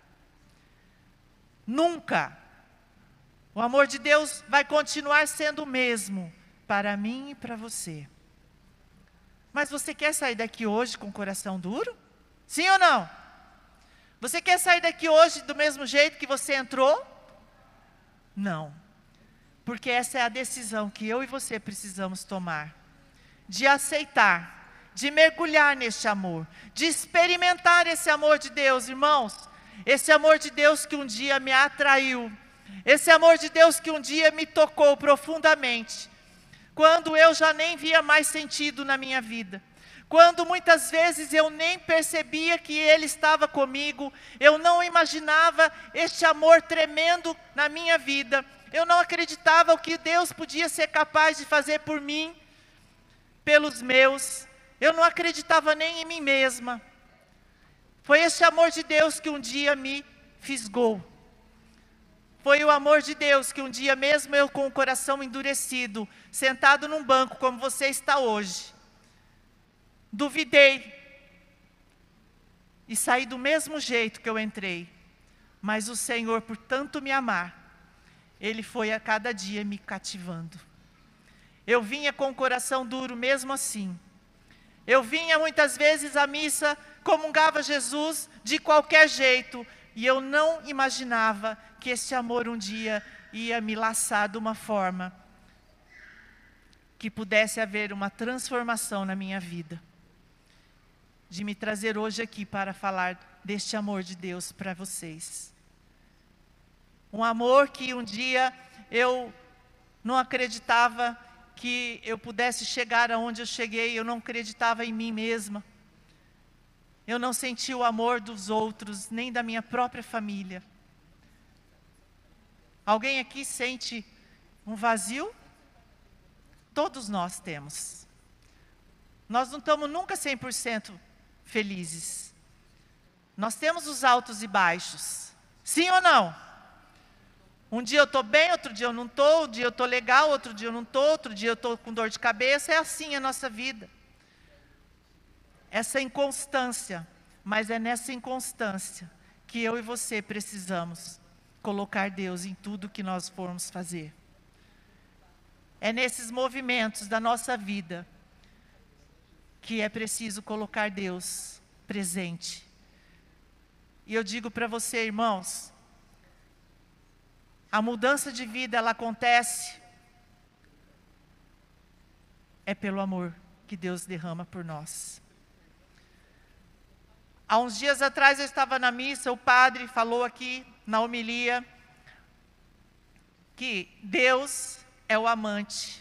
Nunca! O amor de Deus vai continuar sendo o mesmo para mim e para você. Mas você quer sair daqui hoje com o coração duro? Sim ou não? Você quer sair daqui hoje do mesmo jeito que você entrou? Não. Porque essa é a decisão que eu e você precisamos tomar. De aceitar, de mergulhar neste amor, de experimentar esse amor de Deus, irmãos. Esse amor de Deus que um dia me atraiu. Esse amor de Deus que um dia me tocou profundamente. Quando eu já nem via mais sentido na minha vida. Quando muitas vezes eu nem percebia que Ele estava comigo. Eu não imaginava este amor tremendo na minha vida. Eu não acreditava o que Deus podia ser capaz de fazer por mim, pelos meus. Eu não acreditava nem em mim mesma. Foi este amor de Deus que um dia me fisgou. Foi o amor de Deus que um dia, mesmo eu com o coração endurecido, sentado num banco como você está hoje, duvidei e saí do mesmo jeito que eu entrei. Mas o Senhor, por tanto me amar, Ele foi a cada dia me cativando. Eu vinha com o coração duro mesmo assim. Eu vinha muitas vezes à missa, comungava Jesus de qualquer jeito, e eu não imaginava que esse amor um dia ia me laçar de uma forma que pudesse haver uma transformação na minha vida. De me trazer hoje aqui para falar deste amor de Deus para vocês. Um amor que um dia eu não acreditava que eu pudesse chegar aonde eu cheguei, eu não acreditava em mim mesma. Eu não senti o amor dos outros, nem da minha própria família. Alguém aqui sente um vazio? Todos nós temos. Nós não estamos nunca 100% felizes. Nós temos os altos e baixos. Sim ou não? Um dia eu estou bem, outro dia eu não estou, um dia eu estou legal, outro dia eu não estou, outro dia eu estou com dor de cabeça. É assim a nossa vida. Essa inconstância, mas é nessa inconstância que eu e você precisamos colocar Deus em tudo que nós formos fazer. É nesses movimentos da nossa vida que é preciso colocar Deus presente. E eu digo para você, irmãos, a mudança de vida, ela acontece pelo amor que Deus derrama por nós. Há uns dias atrás eu estava na missa, o padre falou aqui na homilia que Deus é o amante,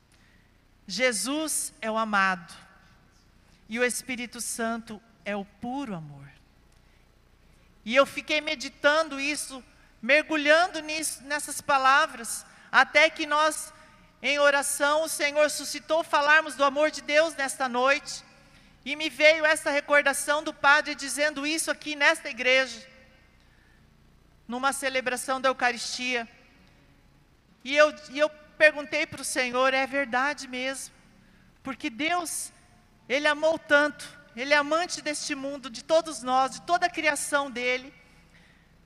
Jesus é o amado e o Espírito Santo é o puro amor. E eu fiquei meditando isso, mergulhando nessas palavras, até que nós, em oração, o Senhor suscitou falarmos do amor de Deus nesta noite. E me veio essa recordação do padre dizendo isso aqui nesta igreja, numa celebração da Eucaristia. E eu perguntei para o Senhor, é verdade mesmo? Porque Deus, Ele amou tanto, Ele é amante deste mundo, de todos nós, de toda a criação dEle.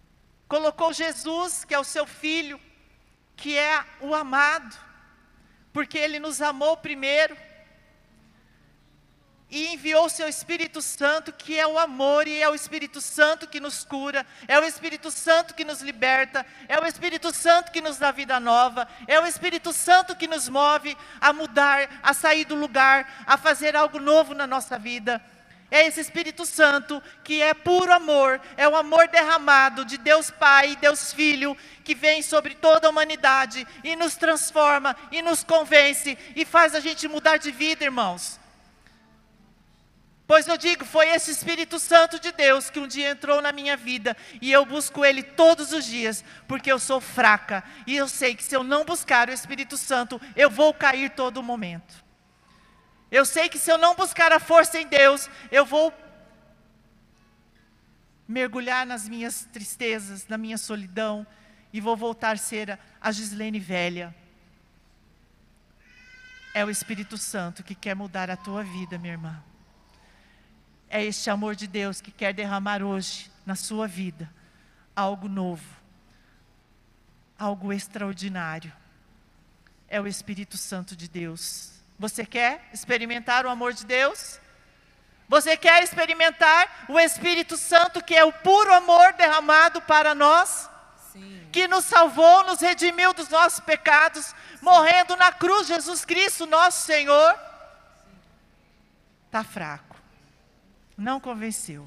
colocou Jesus, que é o seu Filho, que é o amado, porque Ele nos amou primeiro, e enviou o seu Espírito Santo, que é o amor, e é o Espírito Santo que nos cura, é o Espírito Santo que nos liberta, é o Espírito Santo que nos dá vida nova, é o Espírito Santo que nos move a mudar, a sair do lugar, a fazer algo novo na nossa vida. É esse Espírito Santo que é puro amor, é o amor derramado de Deus Pai e Deus Filho, que vem sobre toda a humanidade e nos transforma, e nos convence, e faz a gente mudar de vida, irmãos. Pois eu digo, foi esse Espírito Santo de Deus que um dia entrou na minha vida, e eu busco Ele todos os dias, porque eu sou fraca, e eu sei que se eu não buscar o Espírito Santo, eu vou cair todo momento. Eu sei que se eu não buscar a força em Deus, eu vou mergulhar nas minhas tristezas, na minha solidão, e vou voltar a ser a Gislene velha. É o Espírito Santo que quer mudar a tua vida, minha irmã. É este amor de Deus que quer derramar hoje na sua vida algo novo, algo extraordinário. É o Espírito Santo de Deus. Você quer experimentar o amor de Deus? Você quer experimentar o Espírito Santo, que é o puro amor derramado para nós? Sim. Que nos salvou, nos redimiu dos nossos pecados, morrendo na cruz, Jesus Cristo, nosso Senhor? Está fraco. Não convenceu.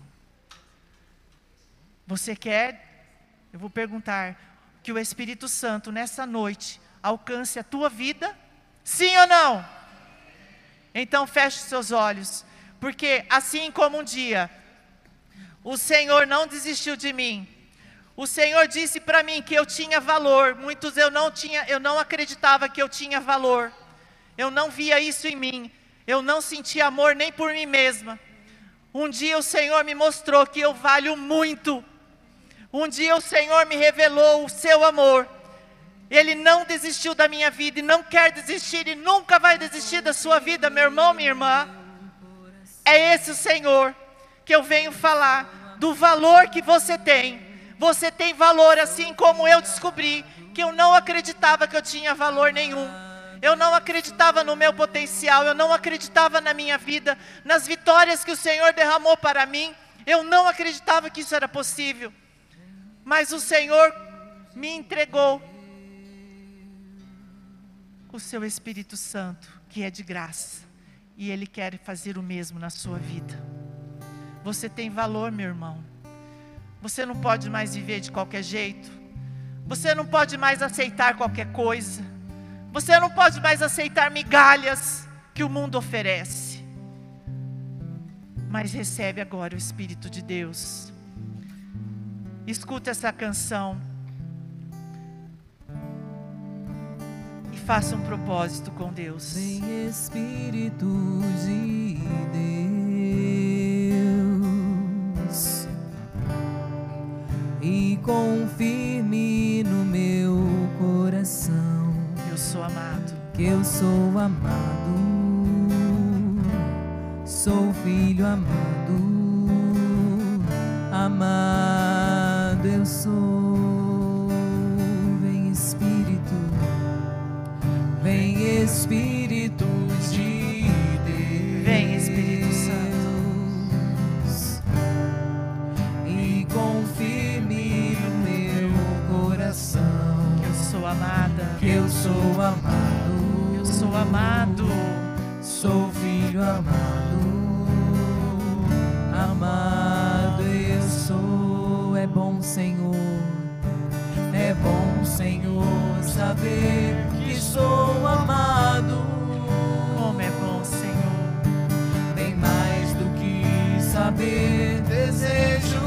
Você quer, eu vou perguntar, que o Espírito Santo nessa noite alcance a tua vida? Sim ou não? Então feche seus olhos, porque assim como um dia o Senhor não desistiu de mim, o Senhor disse para mim que eu tinha valor. Muitos eu não acreditava que eu tinha valor, eu não via isso em mim, eu não sentia amor nem por mim mesma. Um dia o Senhor me mostrou que eu valho muito. Um dia o Senhor me revelou o seu amor. Ele não desistiu da minha vida e não quer desistir e nunca vai desistir da sua vida, meu irmão, minha irmã. É esse o Senhor que eu venho falar, do valor que você tem. Você tem valor, assim como eu descobri que eu não acreditava que eu tinha valor nenhum. Eu não acreditava no meu potencial, eu não acreditava na minha vida, nas vitórias que o Senhor derramou para mim. Eu não acreditava que isso era possível. Mas o Senhor me entregou o seu Espírito Santo, que é de graça. E Ele quer fazer o mesmo na sua vida. Você tem valor, meu irmão. Você não pode mais viver de qualquer jeito. Você não pode mais aceitar qualquer coisa. Você não pode mais aceitar migalhas que o mundo oferece. Mas recebe agora o Espírito de Deus. Escuta essa canção. E faça um propósito com Deus. Vem Espírito de Deus e confirme no meu coração eu sou amado, que eu sou amado, sou filho amado, amado eu sou. Vem Espírito de Deus, vem Espírito Santo e confirme no meu coração que eu sou amada, que eu sou amado, eu sou amado, sou filho amado, amado eu sou. É bom, Senhor, é bom, Senhor, saber que sou amado. Como é bom, Senhor. Bem mais do que saber, desejo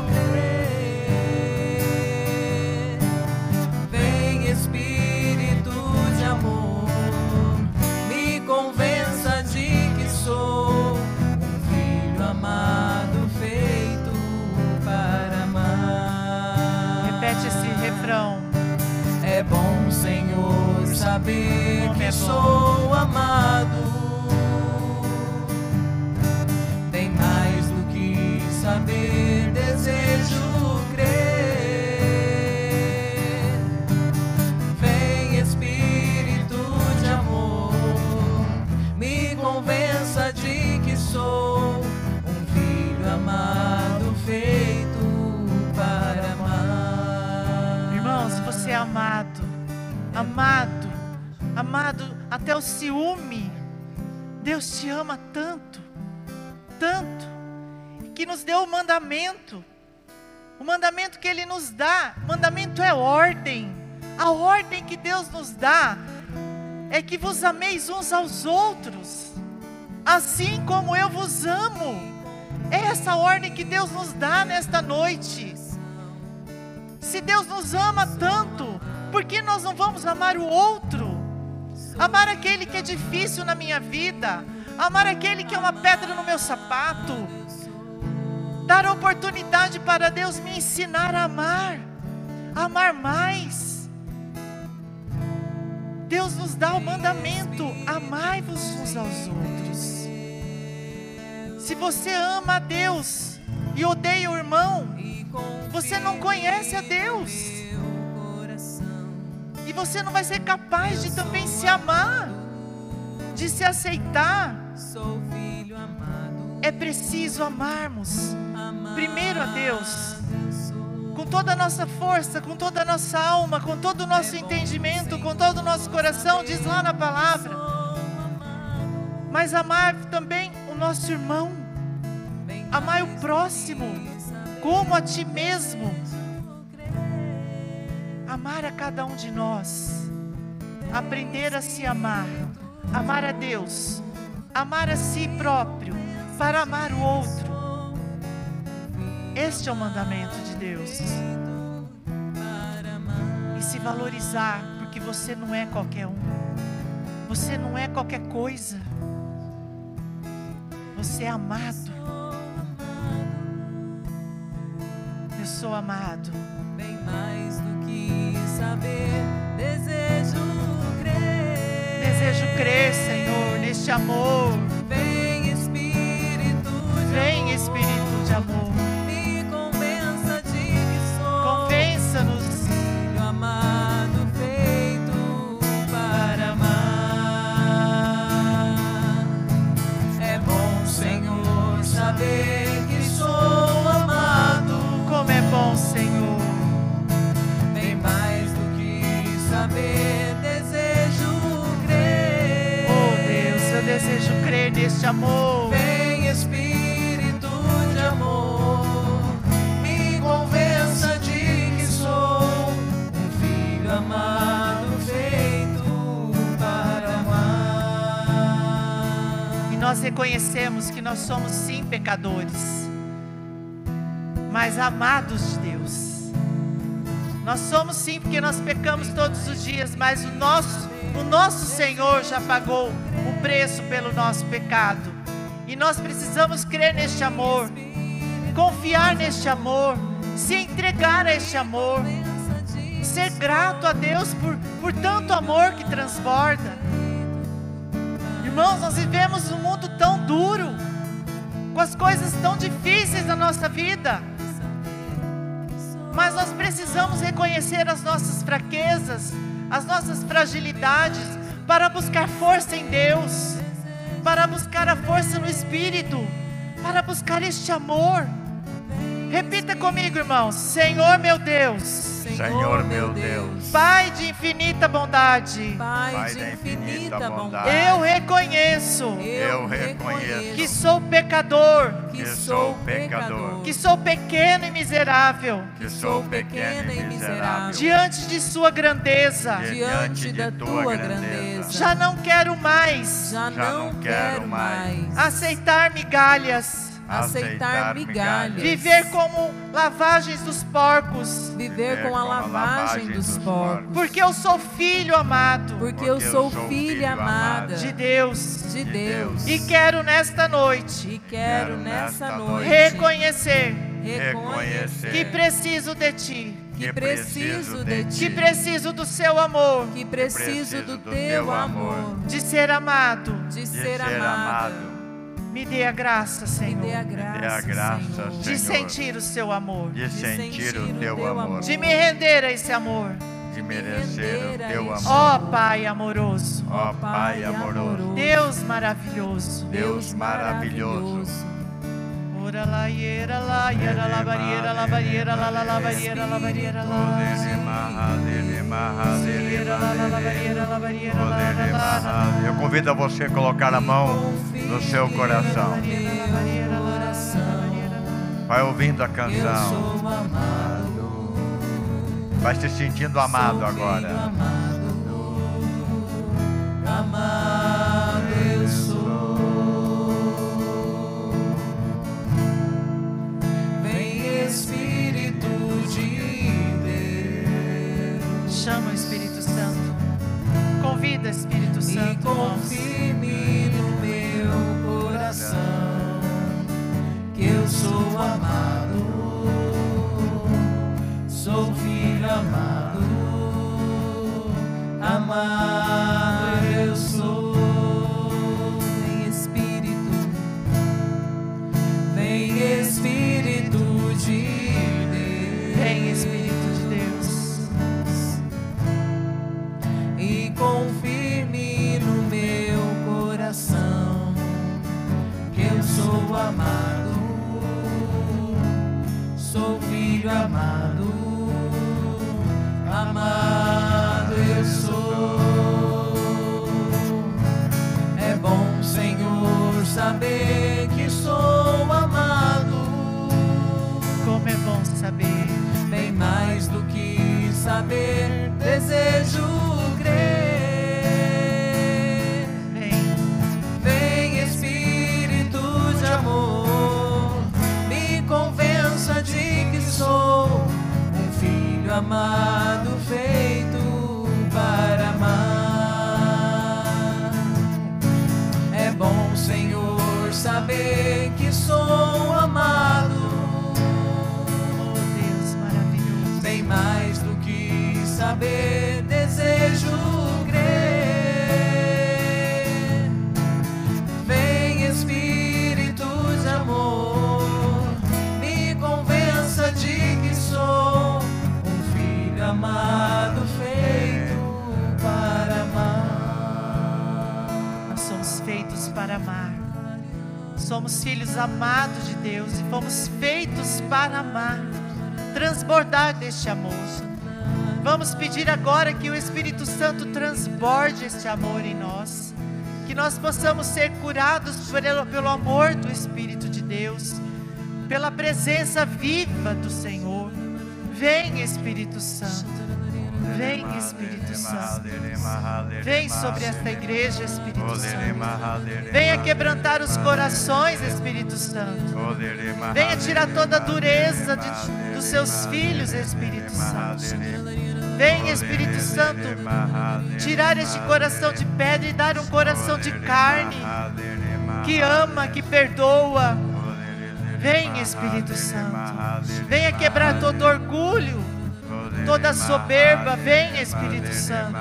crer. Vem Espírito de amor, me convença de que sou um filho amado, feito para amar. Repete esse refrão. É bom, Senhor, saber Como que é bom. sou amado. Tem mais do que saber, desejo crer. Você é amado, amado, amado até o ciúme. Deus te ama tanto, tanto, que nos deu o mandamento. O mandamento que Ele nos dá, o mandamento é ordem. A ordem que Deus nos dá é que vos ameis uns aos outros, assim como eu vos amo. É essa ordem que Deus nos dá nesta noite. Se Deus nos ama tanto, por que nós não vamos amar o outro? Amar aquele que é difícil na minha vida, amar aquele que é uma pedra no meu sapato, dar oportunidade para Deus me ensinar a amar mais. Deus nos dá o mandamento: amai-vos uns aos outros. Se você ama a Deus e odeia o irmão, você não conhece a Deus. E você não vai ser capaz de também se amar, de se aceitar. É preciso amarmos primeiro a Deus, com toda a nossa força, com toda a nossa alma, com todo o nosso entendimento, com todo o nosso coração, diz lá na palavra. Mas amar também o nosso irmão, amar o próximo como a ti mesmo. Amar a cada um de nós, aprender a se amar, amar a Deus, amar a si próprio, para amar o outro. Este é o mandamento de Deus. E se valorizar, porque você não é qualquer um, você não é qualquer coisa, você é amado. Eu sou amado. Bem mais do que saber, desejo crer, Senhor, neste amor. Vem Espírito de amor, me convença de que sou, convença-nos, filho amado, feito para amar. É bom, Senhor, saber que sou amado. Como é bom, Senhor. Bem mais do que saber, desejo crer. Oh Deus, eu desejo crer neste amor. Vem Espírito de amor, me convença de que sou um filho amado, feito para amar. E nós reconhecemos que nós somos sim pecadores, mas amados de Deus. Nós somos sim, porque nós pecamos todos os dias, mas o nosso Senhor já pagou o preço pelo nosso pecado. E nós precisamos crer neste amor, confiar neste amor, se entregar a este amor, ser grato a Deus por tanto amor que transborda. Irmãos, nós vivemos um mundo tão duro, com as coisas tão difíceis da nossa vida, mas nós precisamos reconhecer as nossas fraquezas, as nossas fragilidades, para buscar força em Deus, para buscar a força no Espírito, para buscar este amor. Repita comigo, irmãos: Senhor meu Deus, Senhor meu Deus, Pai de infinita bondade, Pai de infinita bondade, eu reconheço que sou pecador, que sou pecador, que sou pequeno e miserável, diante de sua grandeza, diante da tua grandeza, já não quero mais já não quero mais aceitar migalhas, viver como lavagens dos porcos, viver com a lavagem dos porcos, porque eu sou filho amado, porque eu sou filha amada de Deus, e quero nesta noite reconhecer que preciso de Ti, que preciso de Ti, que preciso do Seu amor, que preciso do Teu amor, de ser amado, Me dê a graça, Senhor, Me dê a graça, Senhor, de sentir o Seu amor, de sentir o Teu amor, de me render a esse amor, de merecer o Teu amor. Ó Pai amoroso, Ó Pai amoroso, Deus maravilhoso, Deus maravilhoso. Ora lá, iera lá, iera lá, barieira lá, barieira lá, lá, barieira lá, barieira lá. Eu convido a você a colocar a mão no seu coração. Vai ouvindo a canção. Vai se sentindo amado agora. Amado eu sou. Vem Espírito de Deus. Chama o Espírito Santo. Convida o Espírito Santo. E confirme no meu coração que eu sou amado. Sou filho amado. Amado eu sou. Vem Espírito. Vem Espírito de Deus. Vem Espírito de Deus. E confirme no meu coração que eu sou amado, sou filho amado, amado eu sou. É bom, Senhor, saber que sou amado. Como é bom saber. Bem mais do que saber, desejo crer. Vem Espírito de amor, me convença de que sou um filho amado, feito para amar. É bom, Senhor, saber que sou amado. Bem mais do que saber, desejo crer. Vem Espírito de amor, me convença de que sou um filho amado, feito para amar. Nós somos feitos para amar. Somos filhos amados de Deus e fomos feitos para amar. Transbordar deste amor. Vamos pedir agora que o Espírito Santo transborde este amor em nós, que nós possamos ser curados pelo amor do Espírito de Deus, pela presença viva do Senhor. Vem Espírito Santo, vem Espírito Santo, vem sobre esta igreja, Espírito Santo, venha quebrantar os corações, Espírito Santo, venha tirar toda a dureza dos seus filhos, Espírito Santo, vem Espírito Santo, tirar este coração de pedra e dar um coração de carne, que ama, que perdoa. Vem Espírito Santo, venha quebrar todo orgulho, toda soberba. Vem Espírito Santo,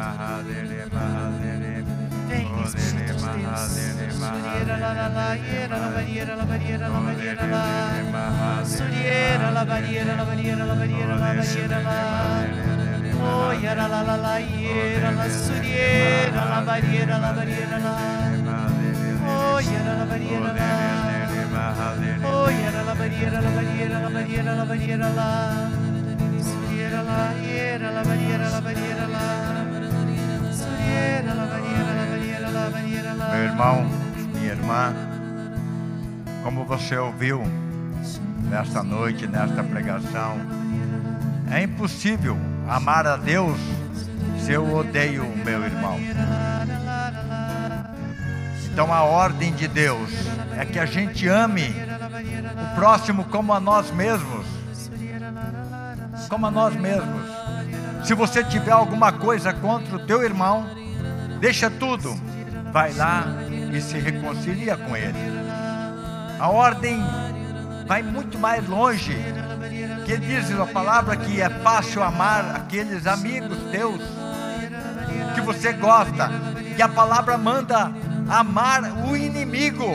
vem Espírito de Deus. Surieira la barriera, la barriera, la barriera, la barriera la. Surieira la barriera, la barriera, la barriera, la barriera la. Oia la iera, la surieira la barriera, la barriera la. Oia la barriera la. Oia la barriera, la barriera, la barriera, la barriera la. Suriera la iera, la barriera, la barriera la. Suriera la barriera, la barriera, la barriera la. Meu irmão, minha irmã, como você ouviu nesta noite, nesta pregação, é impossível amar a Deus se eu odeio o meu irmão. Então a ordem de Deus é que a gente ame o próximo como a nós mesmos. Como a nós mesmos. Se você tiver alguma coisa contra o teu irmão, deixa tudo, vai lá e se reconcilia com ele. A ordem vai muito mais longe, que diz a palavra que é fácil amar aqueles amigos teus que você gosta, que a palavra manda amar o inimigo.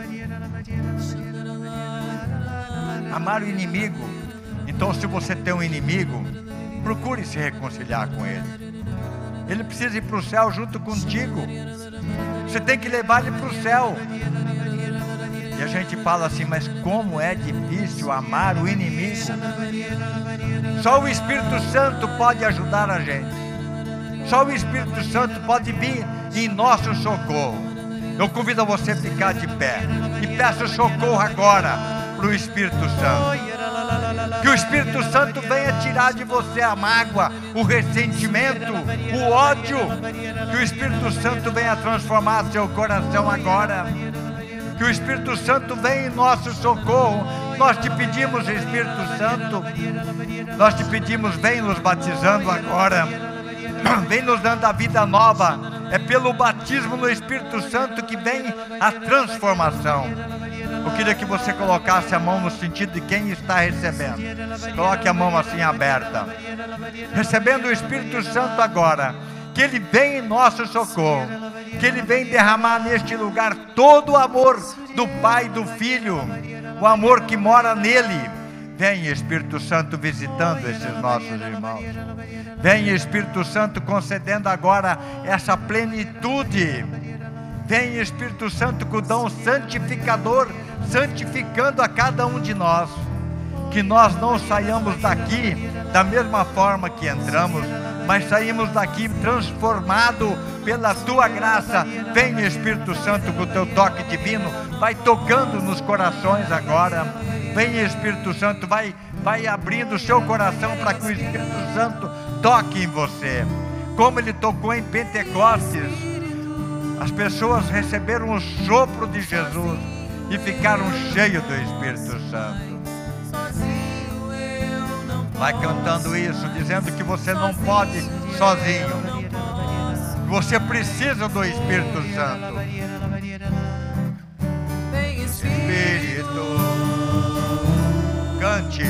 Amar o inimigo. Então, se você tem um inimigo, procure se reconciliar com ele. Ele precisa ir para o céu junto contigo. Você tem que levar ele para o céu. E a gente fala assim, mas como é difícil amar o inimigo. Só o Espírito Santo pode ajudar a gente. Só o Espírito Santo pode vir em nosso socorro. Eu convido a você a ficar de pé e peço socorro agora para o Espírito Santo. Que o Espírito Santo venha tirar de você a mágoa, o ressentimento, o ódio. Que o Espírito Santo venha transformar seu coração agora. Que o Espírito Santo venha em nosso socorro. Nós te pedimos, Espírito Santo, nós te pedimos, vem nos batizando agora. Vem nos dando a vida nova. É pelo batismo no Espírito Santo que vem a transformação. Eu queria que você colocasse a mão no sentido de quem está recebendo. Coloque a mão assim aberta. Recebendo o Espírito Santo agora. Que Ele venha em nosso socorro. Que Ele venha derramar neste lugar todo o amor do Pai e do Filho. O amor que mora nele. Venha, Espírito Santo, visitando esses nossos irmãos. Venha, Espírito Santo, concedendo agora essa plenitude. Venha, Espírito Santo, com o dom santificador, santificando a cada um de nós. Que nós não saiamos daqui da mesma forma que entramos, mas saímos daqui transformado pela Tua graça. Venha, Espírito Santo, com o Teu toque divino, vai tocando nos corações agora. Venha, Espírito Santo, vai abrindo o seu coração para que o Espírito Santo toque em você. Como Ele tocou em Pentecostes, as pessoas receberam o sopro de Jesus e ficaram cheios do Espírito Santo. Vai cantando isso, dizendo que você não pode sozinho. Você precisa do Espírito Santo. Espírito, cante.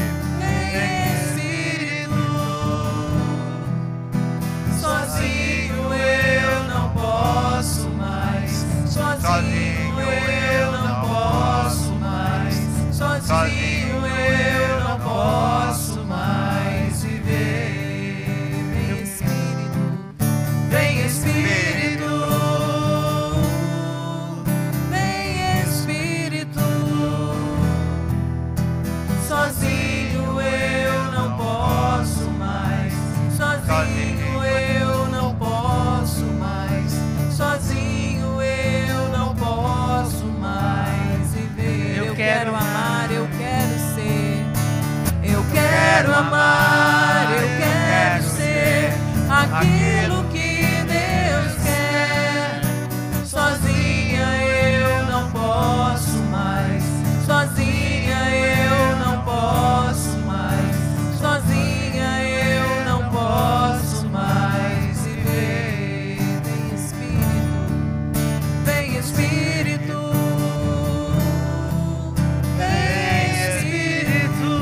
Sozinho eu não posso mais. Sozinho eu não posso mais. Sozinho eu não posso mais viver. Vem Espírito, vem Espírito. Sozinho eu não posso mais. Sozinho eu não posso mais. Sozinho eu não posso mais viver. Eu quero amar, eu quero ser. Eu quero amar, eu quero ser aquilo que Deus quer. Sozinha eu não posso mais. Sozinha eu não posso mais. Sozinha eu não posso mais viver. Vem Espírito, vem Espírito, vem Espírito.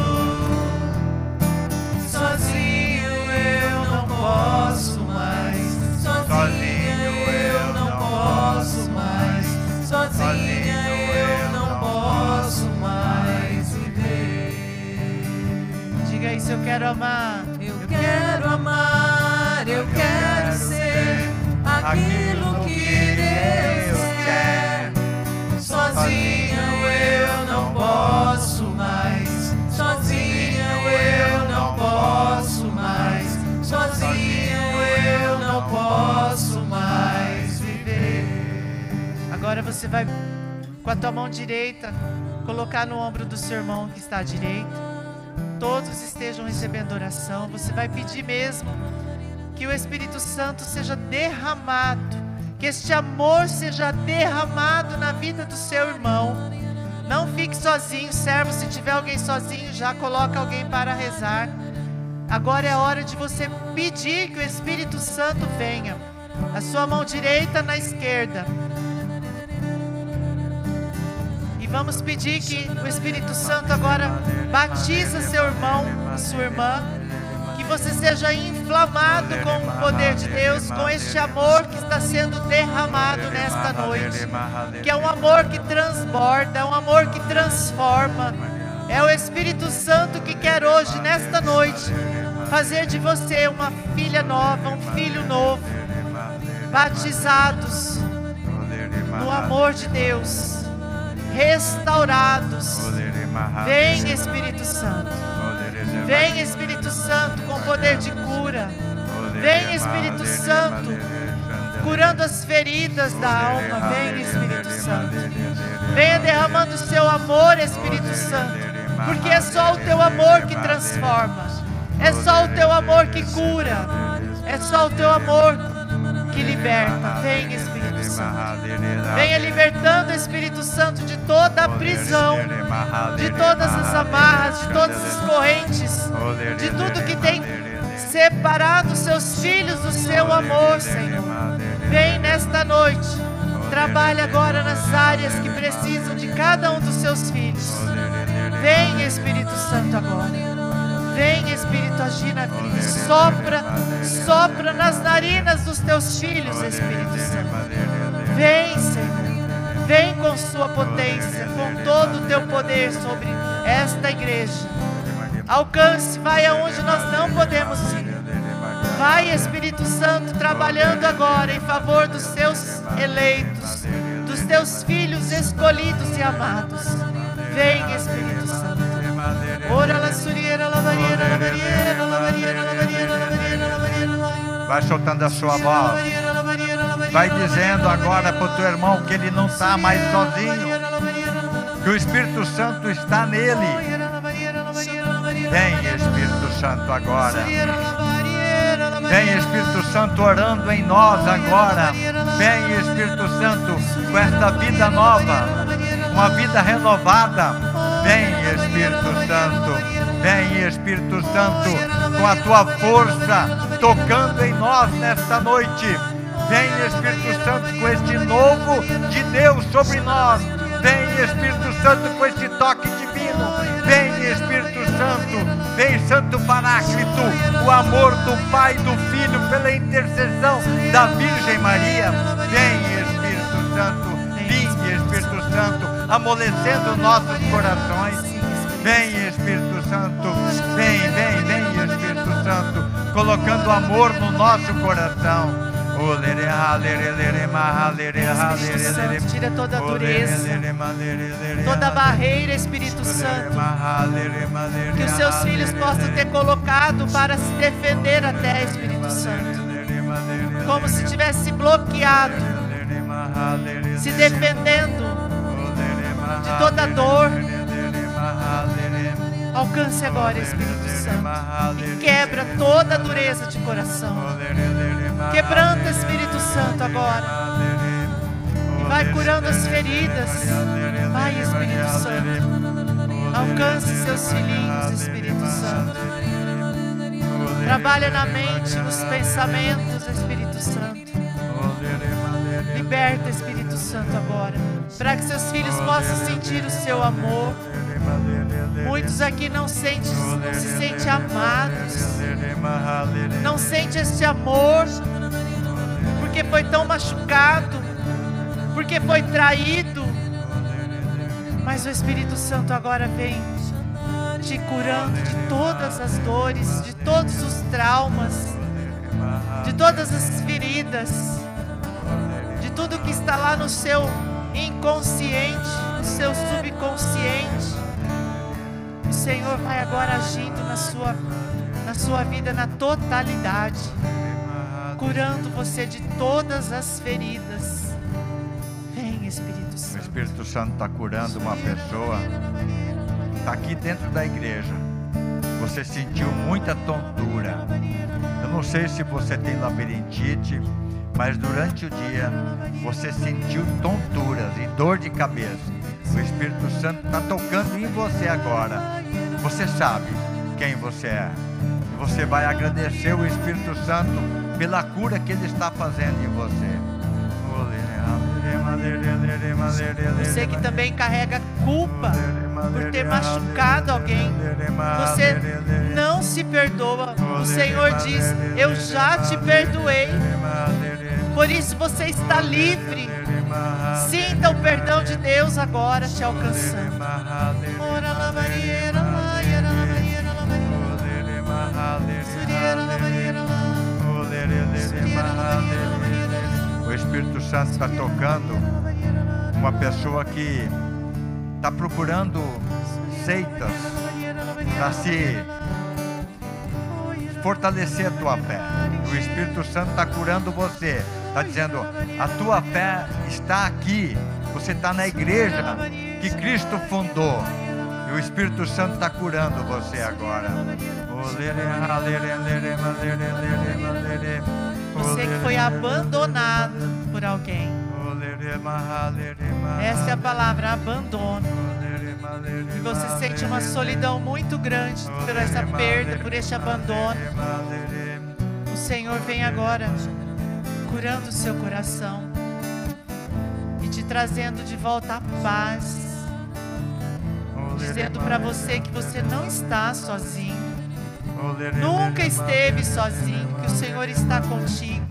Sozinho eu não posso mais. Sozinha eu não posso mais. Sozinha eu não posso mais viver. Diga isso, eu quero amar. Eu quero amar, eu quero ser aquilo que Deus quer. Sozinha eu não posso mais. Sozinha eu não posso mais. Sozinha eu não posso mais viver. Agora você vai, com a tua mão direita, colocar no ombro do seu irmão que está à direita. Todos estejam recebendo oração. Você vai pedir mesmo que o Espírito Santo seja derramado, que este amor seja derramado na vida do seu irmão. Não fique sozinho, servo. Se tiver alguém sozinho, já coloca alguém para rezar. Agora é a hora de você pedir que o Espírito Santo venha. A sua mão direita na esquerda. E vamos pedir que o Espírito Santo agora batiza seu irmão e sua irmã. Que você seja inflamado com o poder de Deus, com este amor que está sendo derramado nesta noite. Que é um amor que transborda, é um amor que transforma. É o Espírito Santo que quer hoje, nesta noite, fazer de você uma filha nova, um filho novo, batizados no amor de Deus, restaurados. Vem Espírito Santo, vem Espírito Santo com poder de cura, Vem, Espírito Santo, curando as feridas da alma. Vem, Espírito Santo. Venha derramando o seu amor, Espírito Santo, porque é só o teu amor que transforma, é só o teu amor que cura, é só o teu amor que liberta. Vem, Espírito Santo. Venha libertando, Espírito Santo, de toda a prisão, de todas as amarras, de todas as correntes, de tudo que tem separado seus filhos do seu amor, Senhor. Vem nesta noite, trabalha agora nas áreas que precisam de cada um dos seus filhos. Vem, Espírito Santo, agora. Vem, Espírito, agir na vida. Sopra nas narinas dos teus filhos, Espírito Santo. Vem, Senhor. Vem com sua potência, com todo o teu poder sobre esta igreja. Alcance, vai aonde nós não podemos ir. Vai, Espírito Santo, trabalhando agora em favor dos seus eleitos, dos teus filhos escolhidos e amados. Vem, Espírito Santo. Ora la suriera, la variera, la variera, la variera, la variera, la variera, la variera. Vai soltando a sua voz. Vai dizendo agora para o teu irmão que ele não está mais sozinho, que o Espírito Santo está nele. Vem, Espírito Santo, agora. Vem, Espírito Santo, orando em nós agora. Vem, Espírito Santo, com esta vida nova, uma vida renovada. Vem, Espírito Santo. Vem, Espírito Santo, com a tua força tocando em nós nesta noite. Vem, Espírito Santo, com este novo de Deus sobre nós. Vem, Espírito Santo, com este toque divino. Vem, Espírito Santo. Vem, Santo Paráclito, o amor do Pai e do Filho pela intercessão da Virgem Maria. Vem, Espírito Santo. Vinde, Espírito Santo, amolecendo nossos corações. Vem, Espírito Santo. Vem, Espírito Santo, colocando amor no nosso coração. Espírito Santo, tira toda a dureza, toda a barreira, Espírito Santo, que os seus filhos possam ter colocado para se defender até, Espírito Santo, como se tivesse bloqueado, se defendendo de toda dor. Alcance agora, Espírito Santo, e quebra toda a dureza de coração. Quebranta, Espírito Santo, agora. E vai curando as feridas. Vai, Espírito Santo. Alcance seus filhinhos, Espírito Santo. Trabalha na mente, nos pensamentos, Espírito Santo. Liberta, Espírito Santo, agora, para que seus filhos possam sentir o seu amor. Muitos aqui não se sentem amados, não sentem este amor, porque foi tão machucado, porque foi traído. Mas o Espírito Santo agora vem te curando de todas as dores, de todos os traumas, de todas as feridas, de tudo que está lá no seu inconsciente, no seu subconsciente. O Senhor vai agora agindo na sua vida na totalidade, curando você de todas as feridas. Vem, Espírito Santo. O Espírito Santo está curando uma pessoa, está aqui dentro da igreja. Você sentiu muita tontura. Eu não sei se você tem labirintite, mas durante o dia você sentiu tonturas e dor de cabeça. O Espírito Santo está tocando em você agora. Você sabe quem você é. E você vai agradecer o Espírito Santo pela cura que Ele está fazendo em você. Você que também carrega culpa por ter machucado alguém. Você não se perdoa. O Senhor diz: eu já te perdoei. Por isso você está livre. Sinta o perdão de Deus agora te alcançando. Ora la barriera, la era la barriera, la barriera. Suriera la barriera, la. O Espírito Santo está tocando uma pessoa que está procurando seitas para se fortalecer a tua fé. O Espírito Santo está curando você, está dizendo, a tua fé está aqui, você está na igreja que Cristo fundou, e o Espírito Santo está curando você agora. Você que foi abandonado por alguém, essa é a palavra, abandono. E você sente uma solidão muito grande por essa perda, por este abandono. O Senhor vem agora curando o seu coração e te trazendo de volta a paz, dizendo para você que você não está sozinho, nunca esteve sozinho, que o Senhor está contigo.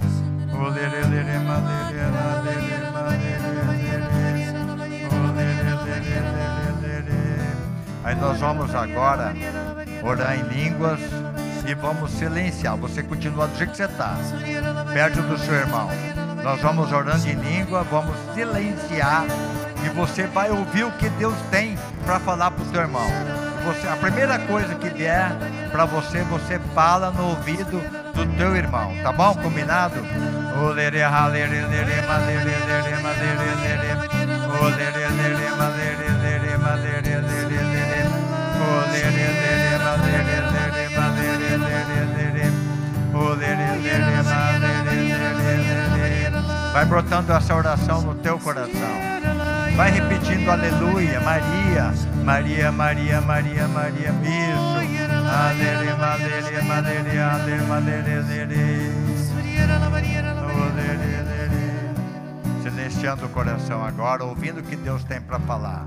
Aí nós vamos agora orar em línguas e vamos silenciar. Você continua do jeito que você está, perto do seu irmão. Nós vamos orando em língua, vamos silenciar e você vai ouvir o que Deus tem para falar para o seu irmão. A primeira coisa que vier para você, você fala no ouvido do teu irmão, tá bom? Combinado? Vai brotando essa oração no teu coração. Vai repetindo aleluia, Maria, Maria, Maria, Maria, Maria. Isso. Silenciando o coração agora, ouvindo o que Deus tem para falar.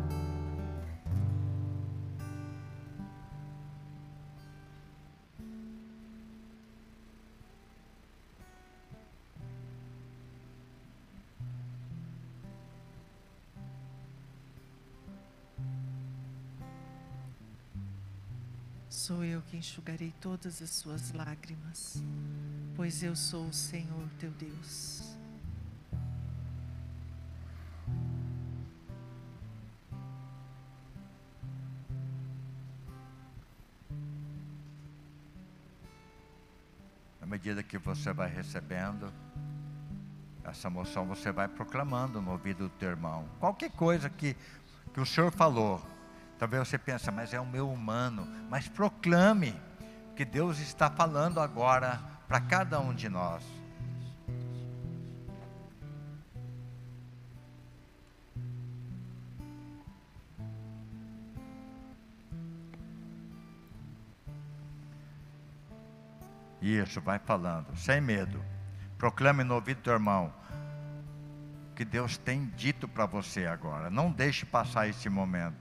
Sou eu que enxugarei todas as suas lágrimas, pois eu sou o Senhor teu Deus. À medida que você vai recebendo essa moção, você vai proclamando no ouvido do teu irmão. Qualquer coisa que o Senhor falou, talvez você pense, mas é o meu humano. Mas proclame que Deus está falando agora para cada um de nós. Isso, vai falando, sem medo. Proclame no ouvido do teu irmão o que Deus tem dito para você agora. Não deixe passar esse momento.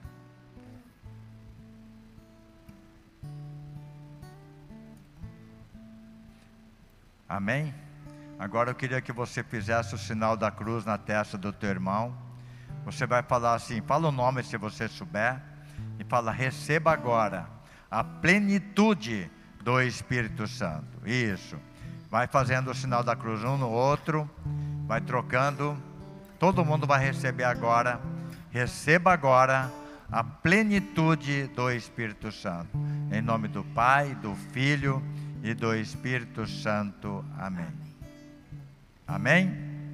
Amém? Agora eu queria que você fizesse o sinal da cruz na testa do teu irmão. Você vai falar assim, fala o nome se você souber, e fala, receba agora a plenitude do Espírito Santo. Isso. Vai fazendo o sinal da cruz um no outro, vai trocando. Todo mundo vai receber agora. Receba agora a plenitude do Espírito Santo. Em nome do Pai, do Filho e do Espírito Santo. Amém. Amém?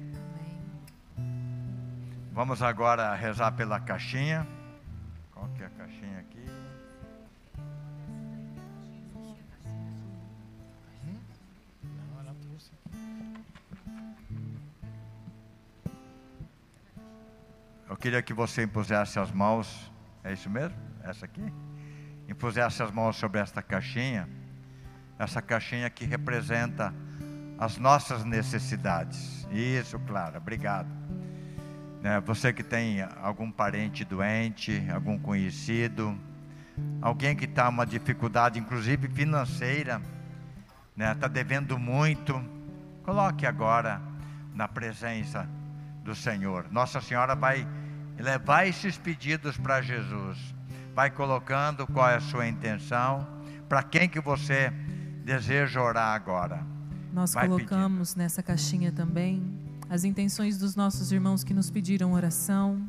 Vamos agora rezar pela caixinha. Qual que é a caixinha aqui? Eu queria que você impusesse as mãos, é isso mesmo? Essa aqui? Impusesse as mãos sobre esta caixinha. Essa caixinha que representa as nossas necessidades. Isso, Clara, obrigado. Você que tem algum parente doente, algum conhecido, alguém que está uma dificuldade, inclusive financeira, está devendo muito, coloque agora na presença do Senhor. Nossa Senhora vai levar esses pedidos para Jesus. Vai colocando qual é a sua intenção, para quem que você deseja orar agora. Nós colocamos nessa caixinha também as intenções dos nossos irmãos que nos pediram oração.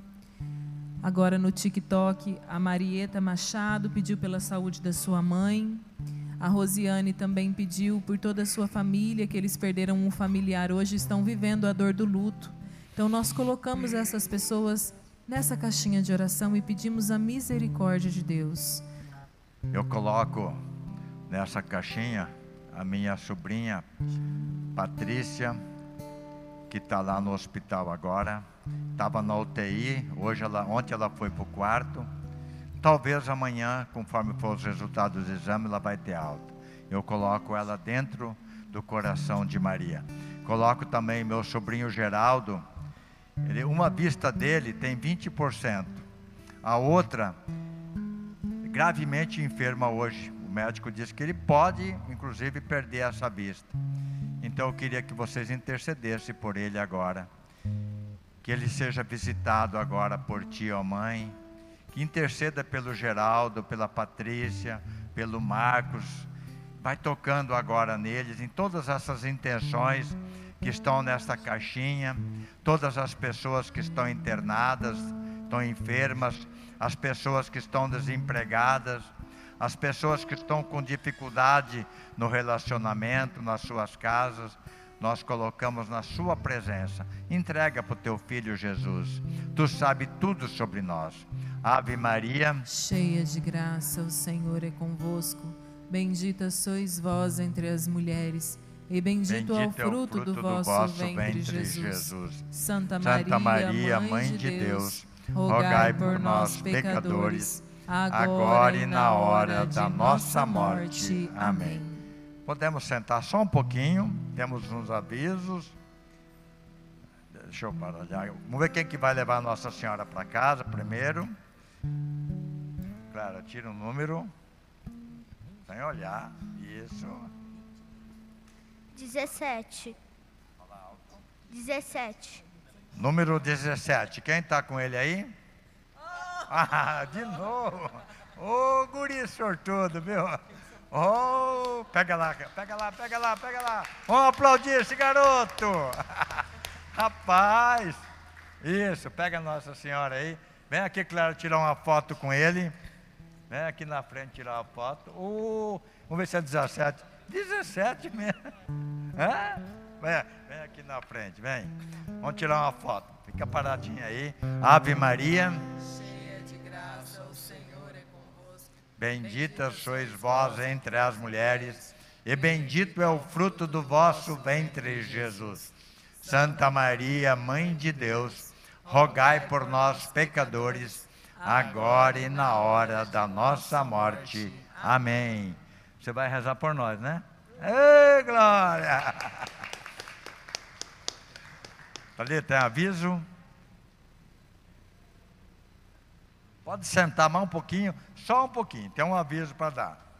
Agora no TikTok, a Marieta Machado pediu pela saúde da sua mãe. A Rosiane também pediu por toda a sua família, que eles perderam um familiar, hoje estão vivendo a dor do luto. Então nós colocamos essas pessoas nessa caixinha de oração e pedimos a misericórdia de Deus. Eu coloco nessa caixinha a minha sobrinha Patrícia, que está lá no hospital agora. Estava na UTI, ontem ela foi para o quarto. Talvez amanhã, conforme for os resultados do exame, ela vai ter alta. Eu coloco ela dentro do coração de Maria. Coloco também meu sobrinho Geraldo. Uma vista dele tem 20%. A outra, gravemente enferma hoje. O médico disse que ele pode, inclusive, perder essa vista. Então eu queria que vocês intercedessem por ele agora. Que ele seja visitado agora por ti, ó mãe. Que interceda pelo Geraldo, pela Patrícia, pelo Marcos. Vai tocando agora neles, em todas essas intenções que estão nesta caixinha. Todas as pessoas que estão internadas, estão enfermas. As pessoas que estão desempregadas. As pessoas que estão com dificuldade no relacionamento, nas suas casas. Nós colocamos na sua presença. Entrega para o teu filho Jesus. Tu sabes tudo sobre nós. Ave Maria, cheia de graça, o Senhor é convosco. Bendita sois vós entre as mulheres, e bendito é o fruto do vosso ventre, Jesus. Santa Maria, Mãe de Deus, rogai por nós, pecadores, agora e na hora da nossa morte. Amém. Podemos sentar só um pouquinho, temos uns avisos. Deixa eu baralhar. Vamos ver quem que vai levar a Nossa Senhora para casa primeiro. Clara, tira um número. Sem olhar. Isso. 17. 17. Número 17. Quem está com ele aí? Ah, de novo. Ô, guri sortudo, viu? Oh, pega lá. Vamos aplaudir esse garoto. Rapaz. Isso, pega a Nossa Senhora aí. Vem aqui, Clara, tirar uma foto com ele. Vem aqui na frente tirar uma foto. Vamos ver se é 17. 17 mesmo. Vem aqui na frente, vem. Vamos tirar uma foto. Fica paradinha aí. Ave Maria. Cheia de graça, o Senhor é convosco. Bendita sois vós entre as mulheres, e bendito é o fruto do vosso ventre, Jesus. Santa Maria, Mãe de Deus, rogai por nós, pecadores, agora e na hora da nossa morte. Amém. Você vai rezar por nós, né? Ei, glória! Ali tem aviso. Pode sentar mais um pouquinho, só um pouquinho, tem um aviso para dar.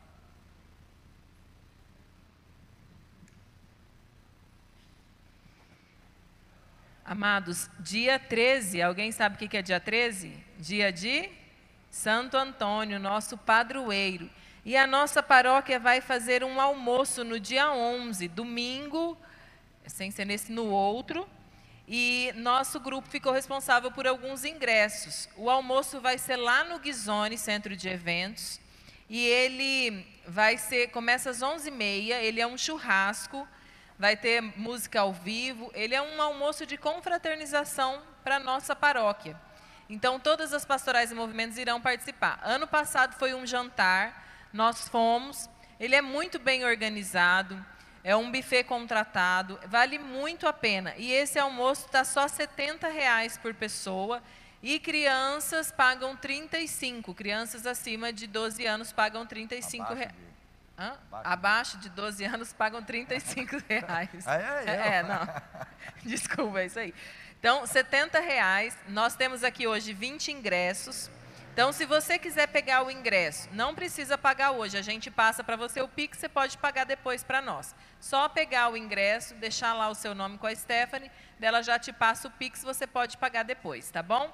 Amados, dia 13, alguém sabe o que é dia 13? Dia de Santo Antônio, nosso padroeiro. E a nossa paróquia vai fazer um almoço no dia 11, domingo, sem ser nesse, no outro. E nosso grupo ficou responsável por alguns ingressos. O almoço vai ser lá no Ghisoni, Centro de Eventos. E ele vai ser, começa às 11h30, ele é um churrasco. Vai ter música ao vivo, ele é um almoço de confraternização para a nossa paróquia. Então, todas as pastorais e movimentos irão participar. Ano passado foi um jantar, nós fomos, ele é muito bem organizado, é um buffet contratado, vale muito a pena. E esse almoço está só R$ 70 por pessoa, e crianças pagam 35, crianças acima de 12 anos pagam 35 reais. Abaixo de 12 anos pagam 35 reais. Não. Desculpa, é isso aí. Então, 70 reais. Nós temos aqui hoje 20 ingressos. Então, se você quiser pegar o ingresso, não precisa pagar hoje. A gente passa para você o Pix, você pode pagar depois para nós. Só pegar o ingresso, deixar lá o seu nome com a Stephanie, dela já te passa o Pix, você pode pagar depois, tá bom?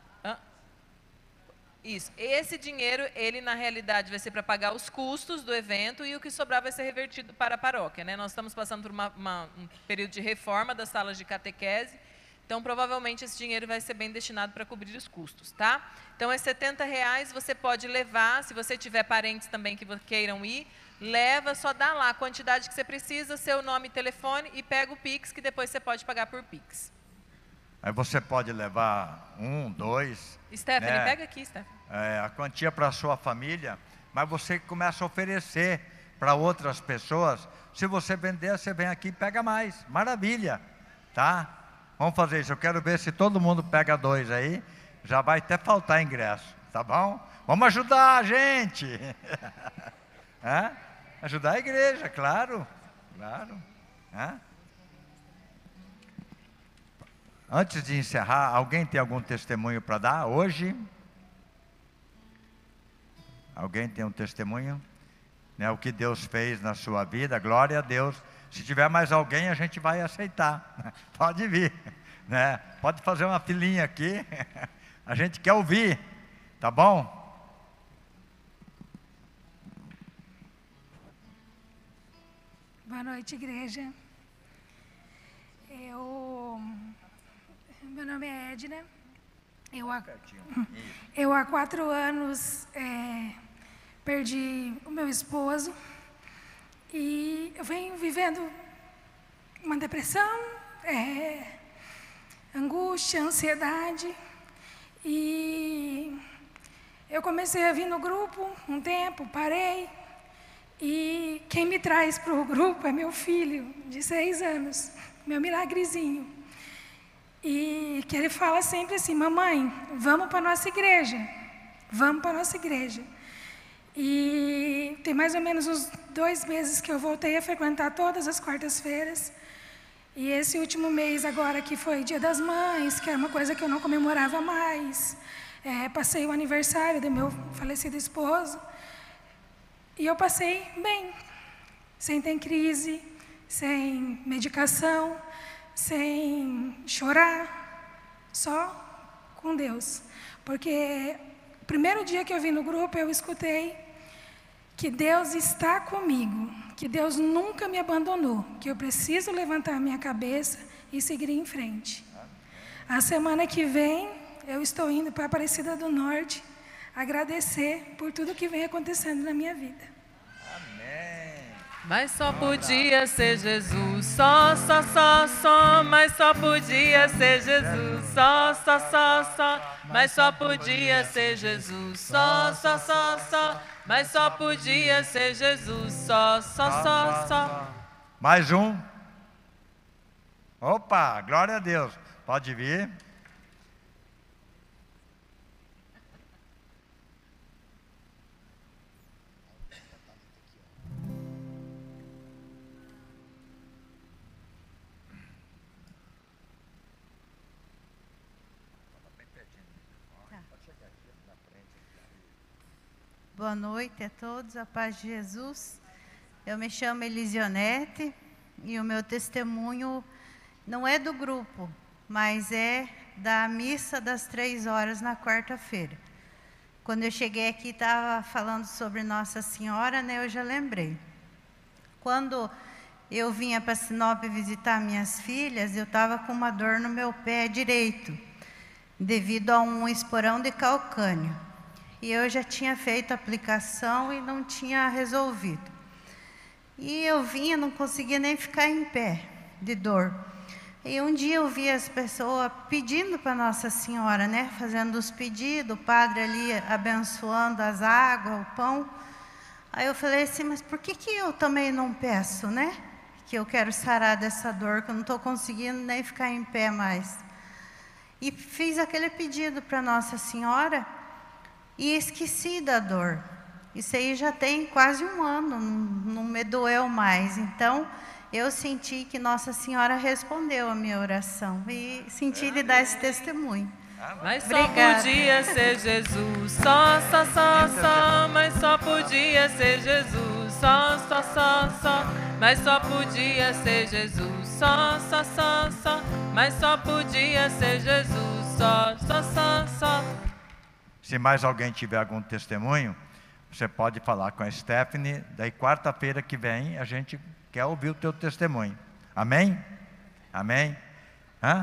Isso. Esse dinheiro, ele na realidade vai ser para pagar os custos do evento e o que sobrar vai ser revertido para a paróquia, né? Nós estamos passando por um período de reforma das salas de catequese, então provavelmente esse dinheiro vai ser bem destinado para cobrir os custos, tá? Então é R$ 70, você pode levar, se você tiver parentes também que queiram ir, leva, só dá lá a quantidade que você precisa, seu nome e telefone, e pega o Pix, que depois você pode pagar por Pix. Aí você pode levar 1, 2... Stephanie, né? pega aqui, Stephanie. A quantia para a sua família, mas você começa a oferecer para outras pessoas. Se você vender, você vem aqui e pega mais. Maravilha, tá? Vamos fazer isso. Eu quero ver se todo mundo pega 2 aí. Já vai até faltar ingresso, tá bom? Vamos ajudar a gente. Ajudar a igreja, claro. Claro. Antes de encerrar, alguém tem algum testemunho para dar hoje? Alguém tem um testemunho? Né, o que Deus fez na sua vida, glória a Deus. Se tiver mais alguém, a gente vai aceitar. Pode vir, né? Pode fazer uma filinha aqui. A gente quer ouvir, tá bom? Boa noite, igreja. Meu nome é Edna. Eu há 4 anos perdi o meu esposo e eu venho vivendo uma depressão, angústia, ansiedade, e eu comecei a vir no grupo um tempo, parei, e quem me traz para o grupo é meu filho de 6 anos, meu milagrezinho, e que ele fala sempre assim: mamãe, vamos para a nossa igreja, vamos para a nossa igreja. E tem mais ou menos uns 2 meses que eu voltei a frequentar todas as quartas-feiras. E esse último mês agora, que foi Dia das Mães, que era uma coisa que eu não comemorava mais, passei o aniversário do meu falecido esposo, e eu passei bem, sem ter crise, sem medicação, sem chorar, só com Deus. Porque o primeiro dia que eu vim no grupo, eu escutei que Deus está comigo, que Deus nunca me abandonou, que eu preciso levantar a minha cabeça e seguir em frente. A semana que vem, eu estou indo para a Aparecida do Norte agradecer por tudo que vem acontecendo na minha vida. Amém. Mas só podia ser Jesus, só, mas só podia ser Jesus, só, mas só podia ser Jesus, só, mas só podia ser Jesus, só. Mais um. Opa, glória a Deus. Pode vir. Boa noite a todos, a paz de Jesus. Eu me chamo Elisionete e o meu testemunho não é do grupo, mas é da missa das 3 horas na quarta-feira. Quando eu cheguei aqui, estava falando sobre Nossa Senhora, né? Eu já lembrei. Quando eu vinha para Sinop visitar minhas filhas, eu estava com uma dor no meu pé direito, devido a um esporão de calcânio. E eu já tinha feito a aplicação e não tinha resolvido. E eu vinha, não conseguia nem ficar em pé, de dor. E um dia eu vi as pessoas pedindo para Nossa Senhora, né? Fazendo os pedidos, o padre ali abençoando as águas, o pão. Aí eu falei assim, mas por que eu também não peço, né? Que eu quero sarar dessa dor, que eu não estou conseguindo nem ficar em pé mais. E fiz aquele pedido para Nossa Senhora e esqueci da dor. Isso aí já tem quase 1 ano, não me doeu mais. Então, eu senti que Nossa Senhora respondeu a minha oração e senti lhe dar esse testemunho. Mas só podia ser Jesus, só, mas só podia ser Jesus, só, mas só podia ser Jesus, só, mas só podia ser Jesus, só. Se mais alguém tiver algum testemunho, você pode falar com a Stephanie. Daí quarta-feira que vem a gente quer ouvir o teu testemunho. Amém? Amém? Hã?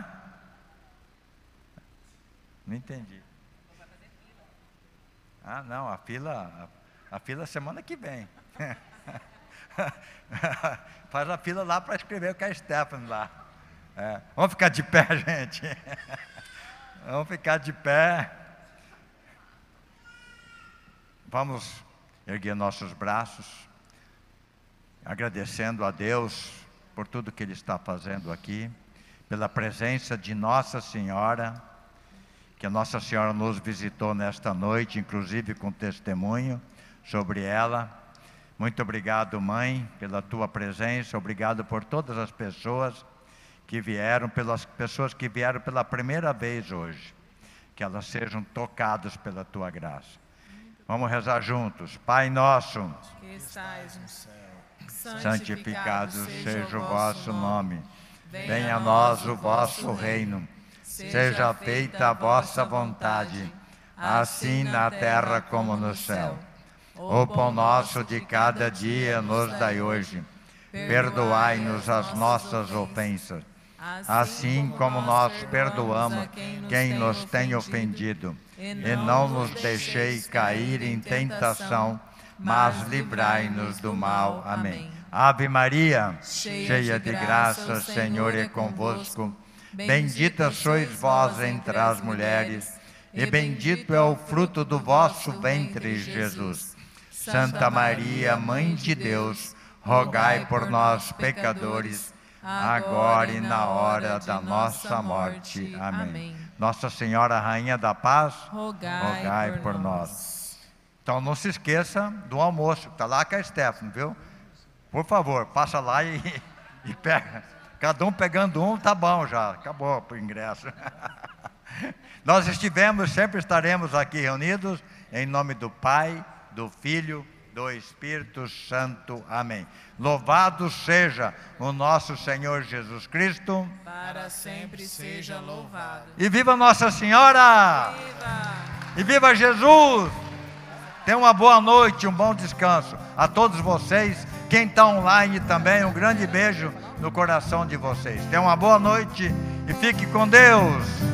Não entendi. Ah, não, a fila semana que vem. Faz a fila lá para escrever com a Stephanie lá. Vamos ficar de pé, gente. Vamos ficar de pé. Vamos erguer nossos braços, agradecendo a Deus por tudo que Ele está fazendo aqui, pela presença de Nossa Senhora, que a Nossa Senhora nos visitou nesta noite, inclusive com testemunho sobre ela. Muito obrigado, Mãe, pela tua presença. Obrigado por todas as pessoas que vieram, pelas pessoas que vieram pela primeira vez hoje. Que elas sejam tocadas pela tua graça. Vamos rezar juntos. Pai nosso, que estais no céu, santificado seja o vosso nome. Venha a nós o vosso reino. Seja feita a vossa vontade, assim na terra como no céu. O pão nosso de cada dia nos dai hoje. Perdoai-nos as nossas ofensas, assim como nós perdoamos quem nos tem ofendido. E não nos deixei cair em tentação, mas livrai-nos do mal. Amém. Ave Maria, cheia de graça, o Senhor é convosco. Bendita sois vós entre as mulheres, e bendito é o fruto do vosso ventre, Jesus. Santa Maria, Mãe de Deus, rogai por nós, pecadores, agora e na hora da nossa morte. Amém. Nossa Senhora, Rainha da Paz, rogai por nós. Então não se esqueça do almoço, está lá com a Stephanie, viu? Por favor, passa lá e pega. Cada um pegando um, tá bom já, acabou o ingresso. Nós sempre estaremos aqui reunidos, em nome do Pai, do Filho, do Espírito Santo. Amém. Louvado seja o nosso Senhor Jesus Cristo. Para sempre seja louvado. E viva Nossa Senhora! Viva! E viva Jesus! Tenha uma boa noite, um bom descanso a todos vocês. Quem está online também, um grande beijo no coração de vocês. Tenha uma boa noite e fique com Deus.